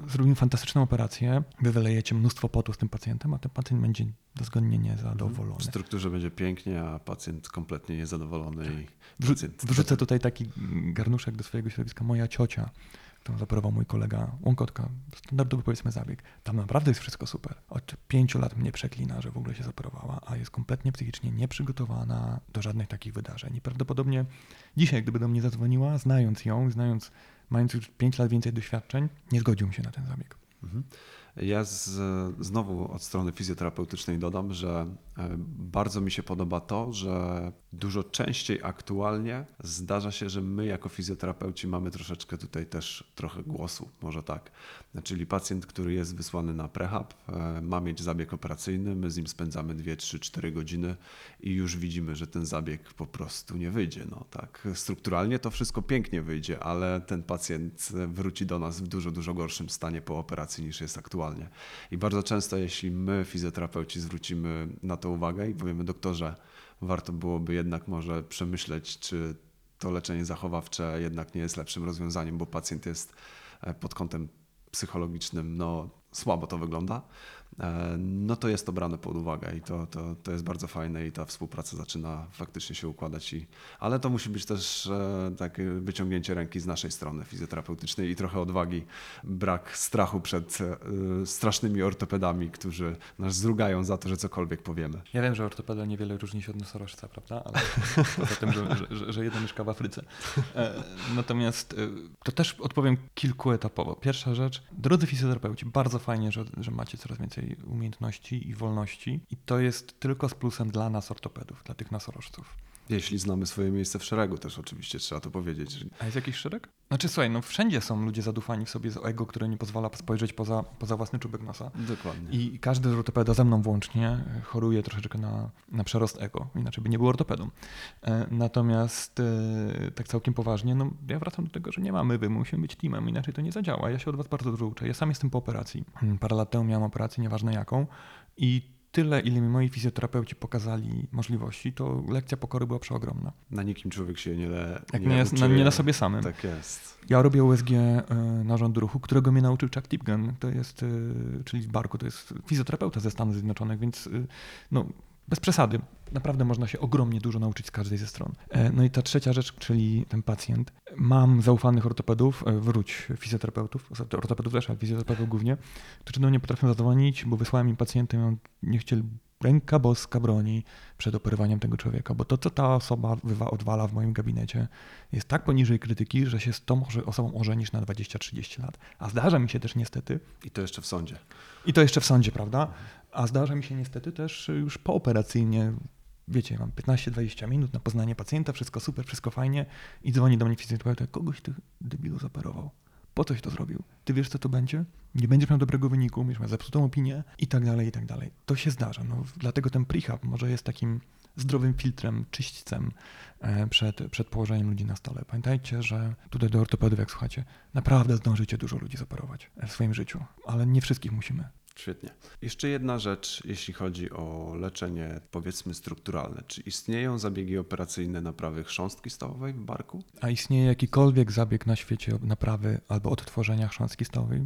zrobimy fantastyczną operację, wy wylejecie mnóstwo potu z tym pacjentem, a ten pacjent będzie dozgodnie niezadowolony. W strukturze będzie pięknie, a pacjent kompletnie niezadowolony. I Wrzu- pacjent... Wrzucę tutaj taki garnuszek do swojego środowiska. Moja ciocia, którą zaoperował mój kolega, łąkotka, standardowy powiedzmy zabieg. Tam naprawdę jest wszystko super. Od pięciu lat mnie przeklina, że w ogóle się zaoperowała, a jest kompletnie psychicznie nieprzygotowana do żadnych takich wydarzeń. I prawdopodobnie dzisiaj, gdyby do mnie zadzwoniła, znając ją, znając, mając już pięć lat więcej doświadczeń, nie zgodziłbym się na ten zabieg. Mhm. Ja z, znowu od strony fizjoterapeutycznej dodam, że bardzo mi się podoba to, że dużo częściej aktualnie zdarza się, że my jako fizjoterapeuci mamy troszeczkę tutaj też trochę głosu, może tak. Czyli pacjent, który jest wysłany na prehab, ma mieć zabieg operacyjny, my z nim spędzamy dwie, trzy, cztery godziny i już widzimy, że ten zabieg po prostu nie wyjdzie. No, tak. Strukturalnie to wszystko pięknie wyjdzie, ale ten pacjent wróci do nas w dużo, dużo gorszym stanie po operacji niż jest aktualnie. I bardzo często, jeśli my, fizjoterapeuci, zwrócimy na to uwagę i powiemy, doktorze, warto byłoby jednak może przemyśleć, czy to leczenie zachowawcze jednak nie jest lepszym rozwiązaniem, bo pacjent jest pod kątem psychologicznym, no słabo to wygląda, no to jest to brane pod uwagę i to, to, to jest bardzo fajne i ta współpraca zaczyna faktycznie się układać. I, ale to musi być też e, takie wyciągnięcie ręki z naszej strony fizjoterapeutycznej i trochę odwagi, brak strachu przed e, strasznymi ortopedami, którzy nas zrugają za to, że cokolwiek powiemy. Ja wiem, że ortopeda niewiele różni się od nosorożca, prawda? Ale poza tym, że, że, że jeden mieszka w Afryce. E, natomiast e, to też odpowiem kilkuetapowo. Pierwsza rzecz, drodzy fizjoterapeuci, bardzo fajnie, że, że macie coraz więcej umiejętności i wolności i to jest tylko z plusem dla nas ortopedów, dla tych nosorożców. Jeśli znamy swoje miejsce w szeregu też oczywiście, trzeba to powiedzieć. A jest jakiś szereg? Znaczy słuchaj, no wszędzie są ludzie zadufani w sobie z ego, które nie pozwala spojrzeć poza, poza własny czubek nosa. Dokładnie. I każdy ortopeda ze mną włącznie choruje troszeczkę na, na przerost ego, inaczej by nie był ortopedą. E, natomiast e, tak całkiem poważnie, no ja wracam do tego, że nie mamy, my musimy być teamem, inaczej to nie zadziała. Ja się od was bardzo dużo uczę. Ja sam jestem po operacji. Parę lat temu miałem operację, nieważne jaką i tyle, ile mi moi fizjoterapeuci pokazali możliwości, to lekcja pokory była przeogromna. Na nikim człowiek się nie le, Jak nie, nie, uczy. na, nie na sobie samym. Tak jest. Ja robię U S G narządu ruchu, którego mnie nauczył Chuck Tipgen, to jest, czyli z barku, to jest fizjoterapeuta ze Stanów Zjednoczonych, więc no, bez przesady. Naprawdę można się ogromnie dużo nauczyć z każdej ze stron. No i ta trzecia rzecz, czyli ten pacjent. Mam zaufanych ortopedów, wróć fizjoterapeutów, ortopedów też, ale fizjoterapeutów głównie, którzy do mnie potrafią zadzwonić, bo wysłałem im pacjenta i on nie chcieli, ręka boska broni przed operowaniem tego człowieka, bo to, co ta osoba wywa, odwala w moim gabinecie, jest tak poniżej krytyki, że się z tą osobą ożenisz na dwadzieścia trzydzieści lat. A zdarza mi się też niestety... I to jeszcze w sądzie. I to jeszcze w sądzie, prawda? A zdarza mi się niestety też już pooperacyjnie, wiecie, mam piętnaście dwadzieścia minut na poznanie pacjenta, wszystko super, wszystko fajnie i dzwoni do mnie fizjoterapeuta, kogoś ty debilu zoperował. Po coś to zrobił? Ty wiesz, co to będzie? Nie będziesz miał dobrego wyniku, będziesz miał zepsutą opinię i tak dalej, i tak dalej. To się zdarza. No, dlatego ten prehab może jest takim zdrowym filtrem, czyśćcem przed, przed położeniem ludzi na stole. Pamiętajcie, że tutaj do ortopedów, jak słuchacie, naprawdę zdążycie dużo ludzi zoperować w swoim życiu, ale nie wszystkich musimy. Świetnie. Jeszcze jedna rzecz, jeśli chodzi o leczenie, powiedzmy, strukturalne. Czy istnieją zabiegi operacyjne naprawy chrząstki stawowej w barku? A istnieje jakikolwiek zabieg na świecie naprawy albo odtworzenia chrząstki stawowej?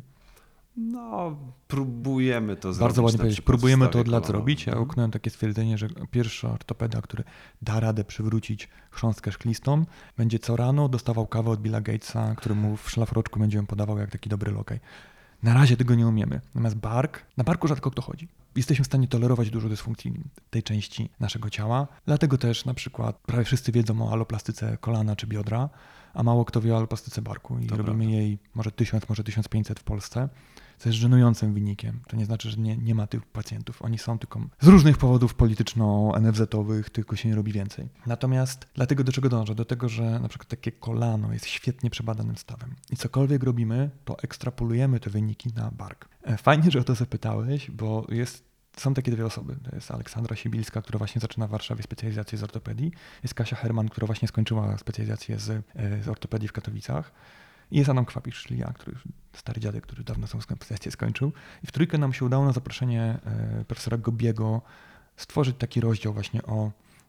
No, próbujemy to zrobić. Bardzo ładnie powiedzieć. Próbujemy to od lat kolana. zrobić. Ja uknąłem takie stwierdzenie, że pierwszy ortopeda, który da radę przywrócić chrząstkę szklistą, będzie co rano dostawał kawę od Billa Gatesa, który mu w szlafroczku będzie ją podawał jak taki dobry lokaj. Na razie tego nie umiemy. Natomiast bark, na barku rzadko kto chodzi. Jesteśmy w stanie tolerować dużo dysfunkcji tej części naszego ciała. Dlatego też na przykład prawie wszyscy wiedzą o aloplastyce kolana czy biodra, a mało kto wie o aloplastyce barku. I To robimy prawda. jej może tysiąc, może tysiąc pięćset w Polsce, co jest żenującym wynikiem. To nie znaczy, że nie, nie ma tych pacjentów. Oni są tylko z różnych powodów polityczno-en ef zetowych, tylko się nie robi więcej. Natomiast dlatego do czego dążę? Do tego, że na przykład takie kolano jest świetnie przebadanym stawem. I cokolwiek robimy, to ekstrapolujemy te wyniki na bark. Fajnie, że o to zapytałeś, bo jest Są takie dwie osoby. To jest Aleksandra Sibilska, która właśnie zaczyna w Warszawie specjalizację z ortopedii. Jest Kasia Herman, która właśnie skończyła specjalizację z, z ortopedii w Katowicach. I jest Adam Kwapisz, czyli ja, który stary dziadek, który dawno tą specjalizację skończył. I w trójkę nam się udało na zaproszenie profesora Gobiego stworzyć taki rozdział właśnie o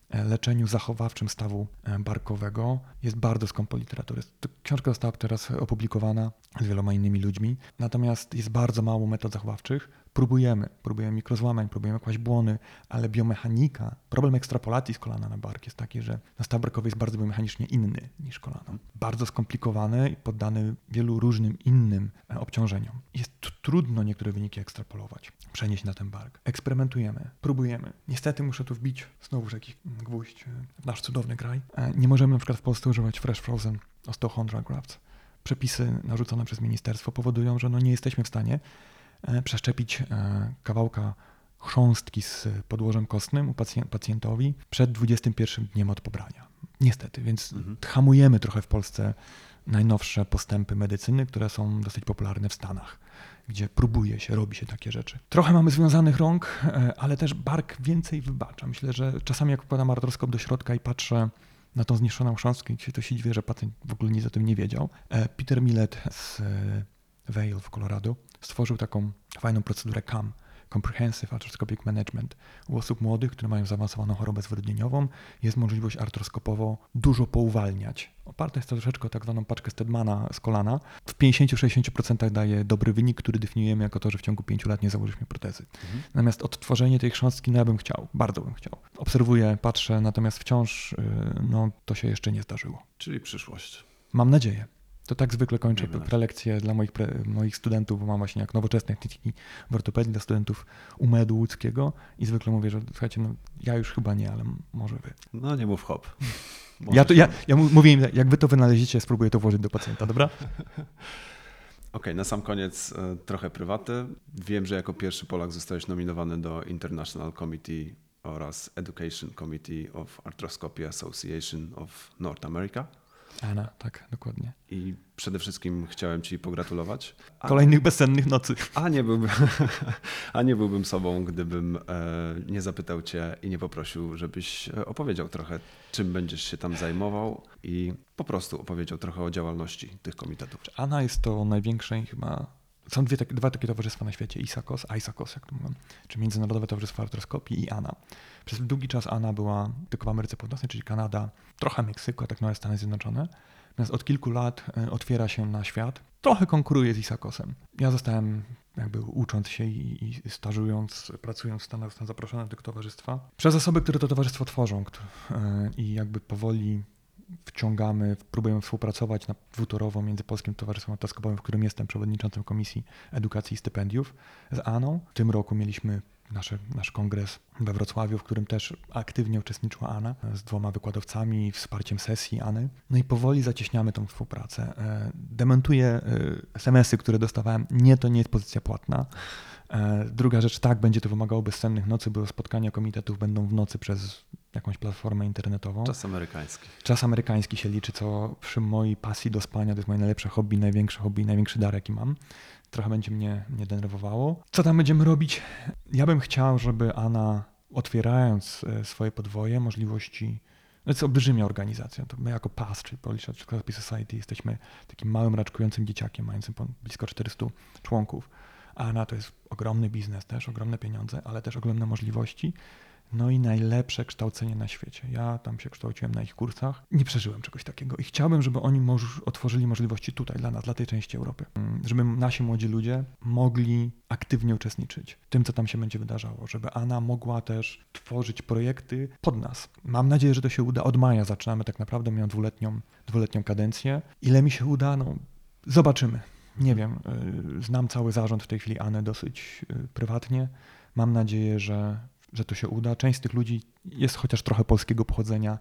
leczeniu zachowawczym stawu barkowego. Jest bardzo skąpa literatury. Książka została teraz opublikowana z wieloma innymi ludźmi, natomiast jest bardzo mało metod zachowawczych. Próbujemy, próbujemy mikrozłamań, próbujemy kłaść błony, ale biomechanika, problem ekstrapolacji z kolana na bark jest taki, że staw barkowy jest bardzo biomechanicznie inny niż kolano. Bardzo skomplikowany i poddany wielu różnym innym obciążeniom. Jest trudno niektóre wyniki ekstrapolować, przenieść na ten bark. Eksperymentujemy, próbujemy. Niestety muszę tu wbić znowuż jakiś gwóźdź w nasz cudowny kraj. Nie możemy na przykład w Polsce używać fresh frozen osteochondral grafts. Przepisy narzucone przez ministerstwo powodują, że no nie jesteśmy w stanie przeszczepić kawałka chrząstki z podłożem kostnym u pacjentowi przed dwudziestym pierwszym dniem od pobrania. Niestety, więc mhm. hamujemy trochę w Polsce najnowsze postępy medycyny, które są dosyć popularne w Stanach, gdzie próbuje się, robi się takie rzeczy. Trochę mamy związanych rąk, ale też bark więcej wybacza. Myślę, że czasami jak wkładam artroskop do środka i patrzę na tą zniszczoną chrząstkę, to się dziwię, że pacjent w ogóle nic o tym nie wiedział. Peter Millett z Vail w Colorado stworzył taką fajną procedurę C A M, Comprehensive Arthroscopic Management. U osób młodych, które mają zaawansowaną chorobę zwyrodnieniową, jest możliwość artroskopowo dużo pouwalniać. Oparta jest to troszeczkę o tak zwaną paczkę Stedmana z kolana. W pięćdziesiąt do sześćdziesięciu procent daje dobry wynik, który definiujemy jako to, że w ciągu pięciu lat nie założyliśmy protezy. Mhm. Natomiast odtworzenie tej chrząstki, no ja bym chciał, bardzo bym chciał. Obserwuję, patrzę, natomiast wciąż no, to się jeszcze nie zdarzyło. Czyli przyszłość. Mam nadzieję. To tak zwykle kończę prelekcje dla moich, pre, moich studentów, bo mam właśnie jak nowoczesne techniki w ortopedii dla studentów U M E D-u łódzkiego i zwykle mówię, że słuchajcie, no ja już chyba nie, ale może wy. No nie mów hop. Ja, to, ja, ja mówię im, jak wy to wynalezicie, spróbuję to włożyć do pacjenta, dobra? Okej, okay, na sam koniec trochę prywaty. Wiem, że jako pierwszy Polak zostałeś nominowany do International Committee oraz Education Committee of Arthroscopy Association of North America. Ana, tak, dokładnie. I przede wszystkim chciałem ci pogratulować. A, Kolejnych bezsennych nocy. A nie byłbym, a nie byłbym sobą, gdybym e, nie zapytał cię i nie poprosił, żebyś opowiedział trochę, czym będziesz się tam zajmował i po prostu opowiedział trochę o działalności tych komitetów. Ana jest to największej chyba... Są dwie, dwa takie towarzystwa na świecie, I S A C O S, I S A C O S, jak to mówią, czy Międzynarodowe Towarzystwo Artroskopii i ANA. Przez długi czas ANA była tylko w Ameryce Północnej, czyli Kanada, trochę Meksyku, a tak naprawdę Stany Zjednoczone. Natomiast od kilku lat otwiera się na świat, trochę konkuruje z I S A C O S-em. Ja zostałem jakby ucząc się i, i stażując, pracując w Stanach, zostałem zaproszony do tego towarzystwa przez osoby, które to towarzystwo tworzą które, i jakby powoli wciągamy, próbujemy współpracować na dwutorowo między Polskim Towarzystwem Artroskopowym, w którym jestem przewodniczącym Komisji Edukacji i Stypendiów, z ANą. W tym roku mieliśmy nasze, nasz kongres we Wrocławiu, w którym też aktywnie uczestniczyła ANA z dwoma wykładowcami, wsparciem sesji ANY. No i powoli zacieśniamy tą współpracę. Dementuję es em esy, które dostawałem. Nie, to nie jest pozycja płatna. Druga rzecz, tak, będzie to wymagało bezsennych nocy, bo spotkania komitetów będą w nocy przez jakąś platformę internetową. Czas amerykański. Czas amerykański się liczy, co przy mojej pasji do spania to jest moje najlepsze hobby, największe hobby, największy dar, jaki mam. Trochę będzie mnie, mnie denerwowało. Co tam będziemy robić? Ja bym chciał, żeby ANA, otwierając swoje podwoje, możliwości... To jest olbrzymia organizacja. To my jako P A S, czyli Polish Arthroscopy Society, jesteśmy takim małym, raczkującym dzieciakiem, mającym blisko czterystu członków. ANA to jest ogromny biznes też, ogromne pieniądze, ale też ogromne możliwości. No i najlepsze kształcenie na świecie. Ja tam się kształciłem na ich kursach. Nie przeżyłem czegoś takiego i chciałbym, żeby oni moż, otworzyli możliwości tutaj dla nas, dla tej części Europy. Żeby nasi młodzi ludzie mogli aktywnie uczestniczyć w tym, co tam się będzie wydarzało. Żeby ANA mogła też tworzyć projekty pod nas. Mam nadzieję, że to się uda. Od maja zaczynamy tak naprawdę, miałem dwuletnią, dwuletnią kadencję. Ile mi się uda? No zobaczymy. Nie wiem. Znam cały zarząd w tej chwili ANY dosyć prywatnie. Mam nadzieję, że że to się uda. Część z tych ludzi jest chociaż trochę polskiego pochodzenia.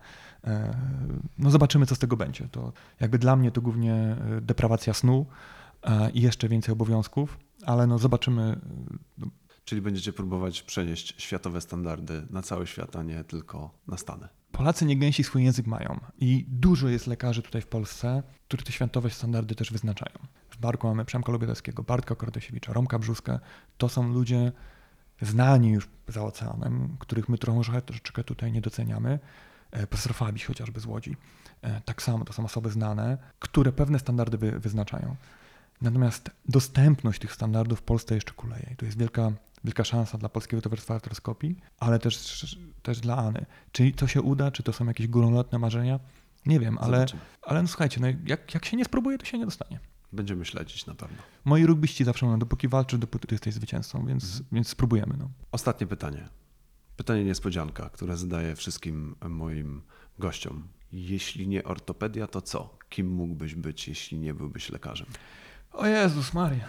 No zobaczymy, co z tego będzie. To jakby dla mnie to głównie deprawacja snu i jeszcze więcej obowiązków, ale no zobaczymy. Czyli będziecie próbować przenieść światowe standardy na cały świat, a nie tylko na Stany. Polacy niegęsi swój język mają i dużo jest lekarzy tutaj w Polsce, którzy te światowe standardy też wyznaczają. W barku mamy Przemka Lubielewskiego, Bartka Kordesiewicza, Romka Brzuskę. To są ludzie znani już za oceanem, których my trochę troszeczkę tutaj nie doceniamy. Profesor Fabiś chociażby z Łodzi. Tak samo to są osoby znane, które pewne standardy wy, wyznaczają. Natomiast dostępność tych standardów w Polsce jeszcze kuleje. I to jest wielka, wielka szansa dla Polskiego Towarzystwa Artroskopii, ale też, też dla Any. Czy to się uda, czy to są jakieś górnolotne marzenia? Nie wiem, ale, ale no słuchajcie, no jak, jak się nie spróbuje, to się nie dostanie. Będziemy śledzić na pewno. Moi rugbyści zawsze mówią, dopóki walczysz, dopóki ty jesteś zwycięzcą, więc, mhm. więc spróbujemy. No. Ostatnie pytanie. Pytanie niespodzianka, które zadaję wszystkim moim gościom. Jeśli nie ortopedia, to co? Kim mógłbyś być, jeśli nie byłbyś lekarzem? O Jezus Maria.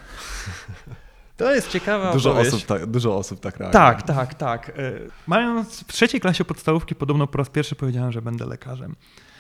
To jest ciekawa dużo opowieść. osób, tak, dużo osób tak reaguje. Tak, tak, tak. Mając w trzeciej klasie podstawówki podobno po raz pierwszy powiedziałem, że będę lekarzem.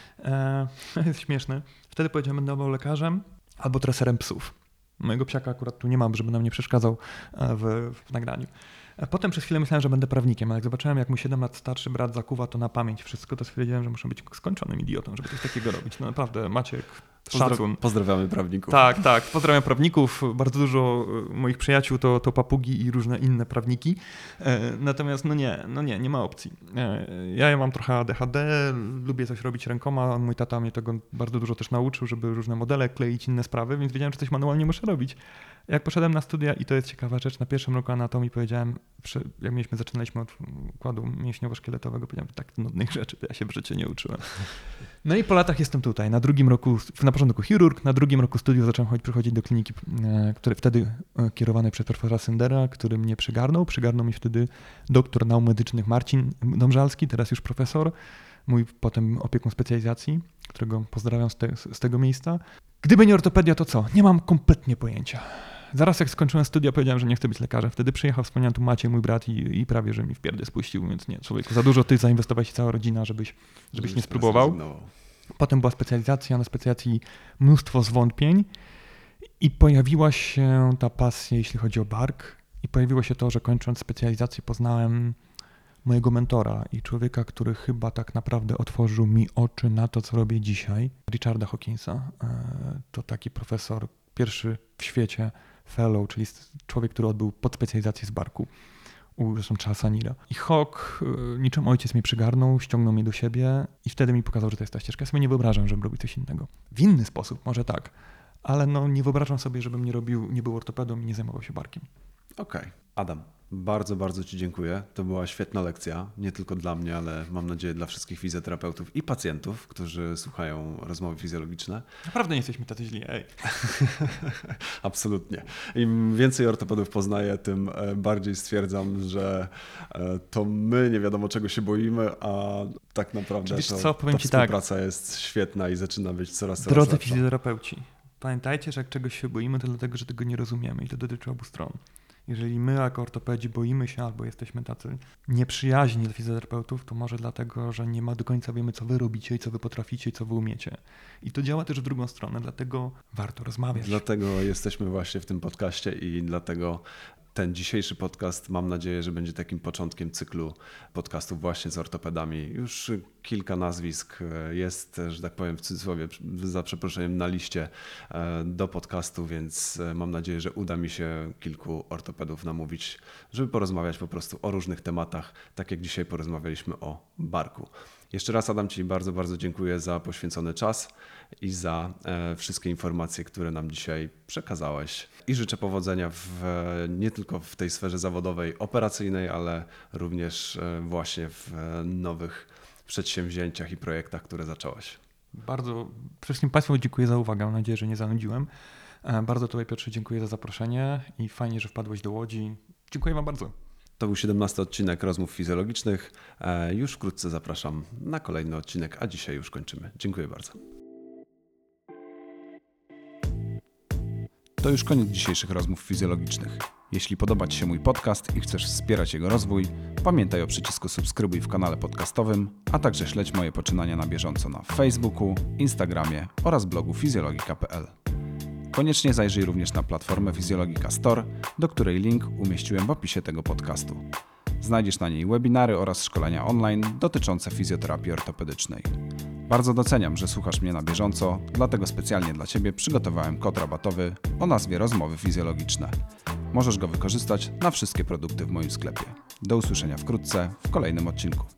To jest śmieszne. Wtedy powiedziałem, będę albo lekarzem, albo treserem psów. Mojego psiaka akurat tu nie mam, żeby nam nie przeszkadzał w, w nagraniu. Potem przez chwilę myślałem, że będę prawnikiem, ale jak zobaczyłem, jak mój siedem lat starszy brat zakuwa to na pamięć wszystko, to stwierdziłem, że muszę być skończonym idiotą, żeby coś takiego robić. No naprawdę, Maciek, szacun. Pozdrawiamy prawników. Tak, tak. Pozdrawiam prawników. Bardzo dużo moich przyjaciół to, to papugi i różne inne prawniki. Natomiast no nie, no nie, nie ma opcji. Ja mam trochę A D H D, lubię coś robić rękoma. Mój tata mnie tego bardzo dużo też nauczył, żeby różne modele kleić, inne sprawy, więc wiedziałem, że coś manualnie muszę robić. Jak poszedłem na studia, i to jest ciekawa rzecz, na pierwszym roku anatomii powiedziałem, jak mieliśmy, zaczynaliśmy od układu mięśniowo-szkieletowego, powiedziałem, że tak nudnych rzeczy to ja się w życiu nie uczyłem. No i po latach jestem tutaj. Na drugim roku, na początku chirurg, na drugim roku studiów zacząłem chodzić, przychodzić do kliniki, który wtedy kierowany przez profesora Syndera, który mnie przygarnął. Przygarnął mi wtedy doktor nauk medycznych Marcin Domżalski, teraz już profesor, mój potem opiekun specjalizacji, którego pozdrawiam z, te, z tego miejsca. Gdyby nie ortopedia, to co? Nie mam kompletnie pojęcia. Zaraz jak skończyłem studia, powiedziałem, że nie chcę być lekarzem. Wtedy przyjechał, wspomniałem tu Maciej, mój brat i, i prawie, że mi w pierdę spuścił, więc nie, człowieku, za dużo ty zainwestowałeś, cała rodzina, żebyś, żebyś nie spróbował. Potem była specjalizacja, na specjalizacji mnóstwo zwątpień i pojawiła się ta pasja, jeśli chodzi o bark, i pojawiło się to, że kończąc specjalizację poznałem mojego mentora i człowieka, który chyba tak naprawdę otworzył mi oczy na to, co robię dzisiaj, Richarda Hawkinsa. To taki profesor, pierwszy w świecie fellow, czyli człowiek, który odbył podspecjalizację z barku u zresztą Charlesa Sanira. I Hawk, niczym ojciec mnie przygarnął, ściągnął mnie do siebie i wtedy mi pokazał, że to jest ta ścieżka. Ja sobie nie wyobrażam, żebym robił coś innego. W inny sposób, może tak, ale no nie wyobrażam sobie, żebym nie robił, nie był ortopedą i nie zajmował się barkiem. Okej. Okay. Adam, bardzo, bardzo Ci dziękuję. To była świetna lekcja, nie tylko dla mnie, ale mam nadzieję dla wszystkich fizjoterapeutów i pacjentów, którzy słuchają rozmowy fizjologiczne. Naprawdę nie jesteśmy tacy źli, ej. Absolutnie. Im więcej ortopedów poznaję, tym bardziej stwierdzam, że to my nie wiadomo czego się boimy, a tak naprawdę wiesz to, co, powiem ta ci współpraca tak. jest świetna i zaczyna być coraz, coraz Drodzy lepsza. fizjoterapeuci, pamiętajcie, że jak czegoś się boimy, to dlatego, że tego nie rozumiemy i to dotyczy obu stron. Jeżeli my jako ortopedzi boimy się albo jesteśmy tacy nieprzyjaźni dla fizjoterapeutów, to może dlatego, że nie ma do końca wiemy, co wy robicie i co wy potraficie i co wy umiecie. I to działa też w drugą stronę, dlatego warto rozmawiać. Dlatego jesteśmy właśnie w tym podcaście i dlatego ten dzisiejszy podcast mam nadzieję, że będzie takim początkiem cyklu podcastów właśnie z ortopedami. Już kilka nazwisk jest, że tak powiem w cudzysłowie, za przeproszeniem na liście do podcastu, więc mam nadzieję, że uda mi się kilku ortopedów namówić, żeby porozmawiać po prostu o różnych tematach, tak jak dzisiaj porozmawialiśmy o barku. Jeszcze raz Adam Ci bardzo, bardzo dziękuję za poświęcony czas i za e, wszystkie informacje, które nam dzisiaj przekazałeś. I życzę powodzenia w, nie tylko w tej sferze zawodowej, operacyjnej, ale również e, właśnie w e, nowych przedsięwzięciach i projektach, które zacząłeś. Bardzo wszystkim Państwu dziękuję za uwagę. Mam nadzieję, że nie zanudziłem. E, bardzo Tobie, Piotrze, dziękuję za zaproszenie i fajnie, że wpadłeś do Łodzi. Dziękuję Wam bardzo. To był siedemnasty odcinek Rozmów Fizjologicznych. E, już wkrótce zapraszam na kolejny odcinek, a dzisiaj już kończymy. Dziękuję bardzo. To już koniec dzisiejszych rozmów fizjologicznych. Jeśli podoba Ci się mój podcast i chcesz wspierać jego rozwój, pamiętaj o przycisku subskrybuj w kanale podcastowym, a także śledź moje poczynania na bieżąco na Facebooku, Instagramie oraz blogu fizjologika kropka p l. Koniecznie zajrzyj również na platformę Fizjologika Store, do której link umieściłem w opisie tego podcastu. Znajdziesz na niej webinary oraz szkolenia online dotyczące fizjoterapii ortopedycznej. Bardzo doceniam, że słuchasz mnie na bieżąco, dlatego specjalnie dla Ciebie przygotowałem kod rabatowy o nazwie Rozmowy Fizjologiczne. Możesz go wykorzystać na wszystkie produkty w moim sklepie. Do usłyszenia wkrótce w kolejnym odcinku.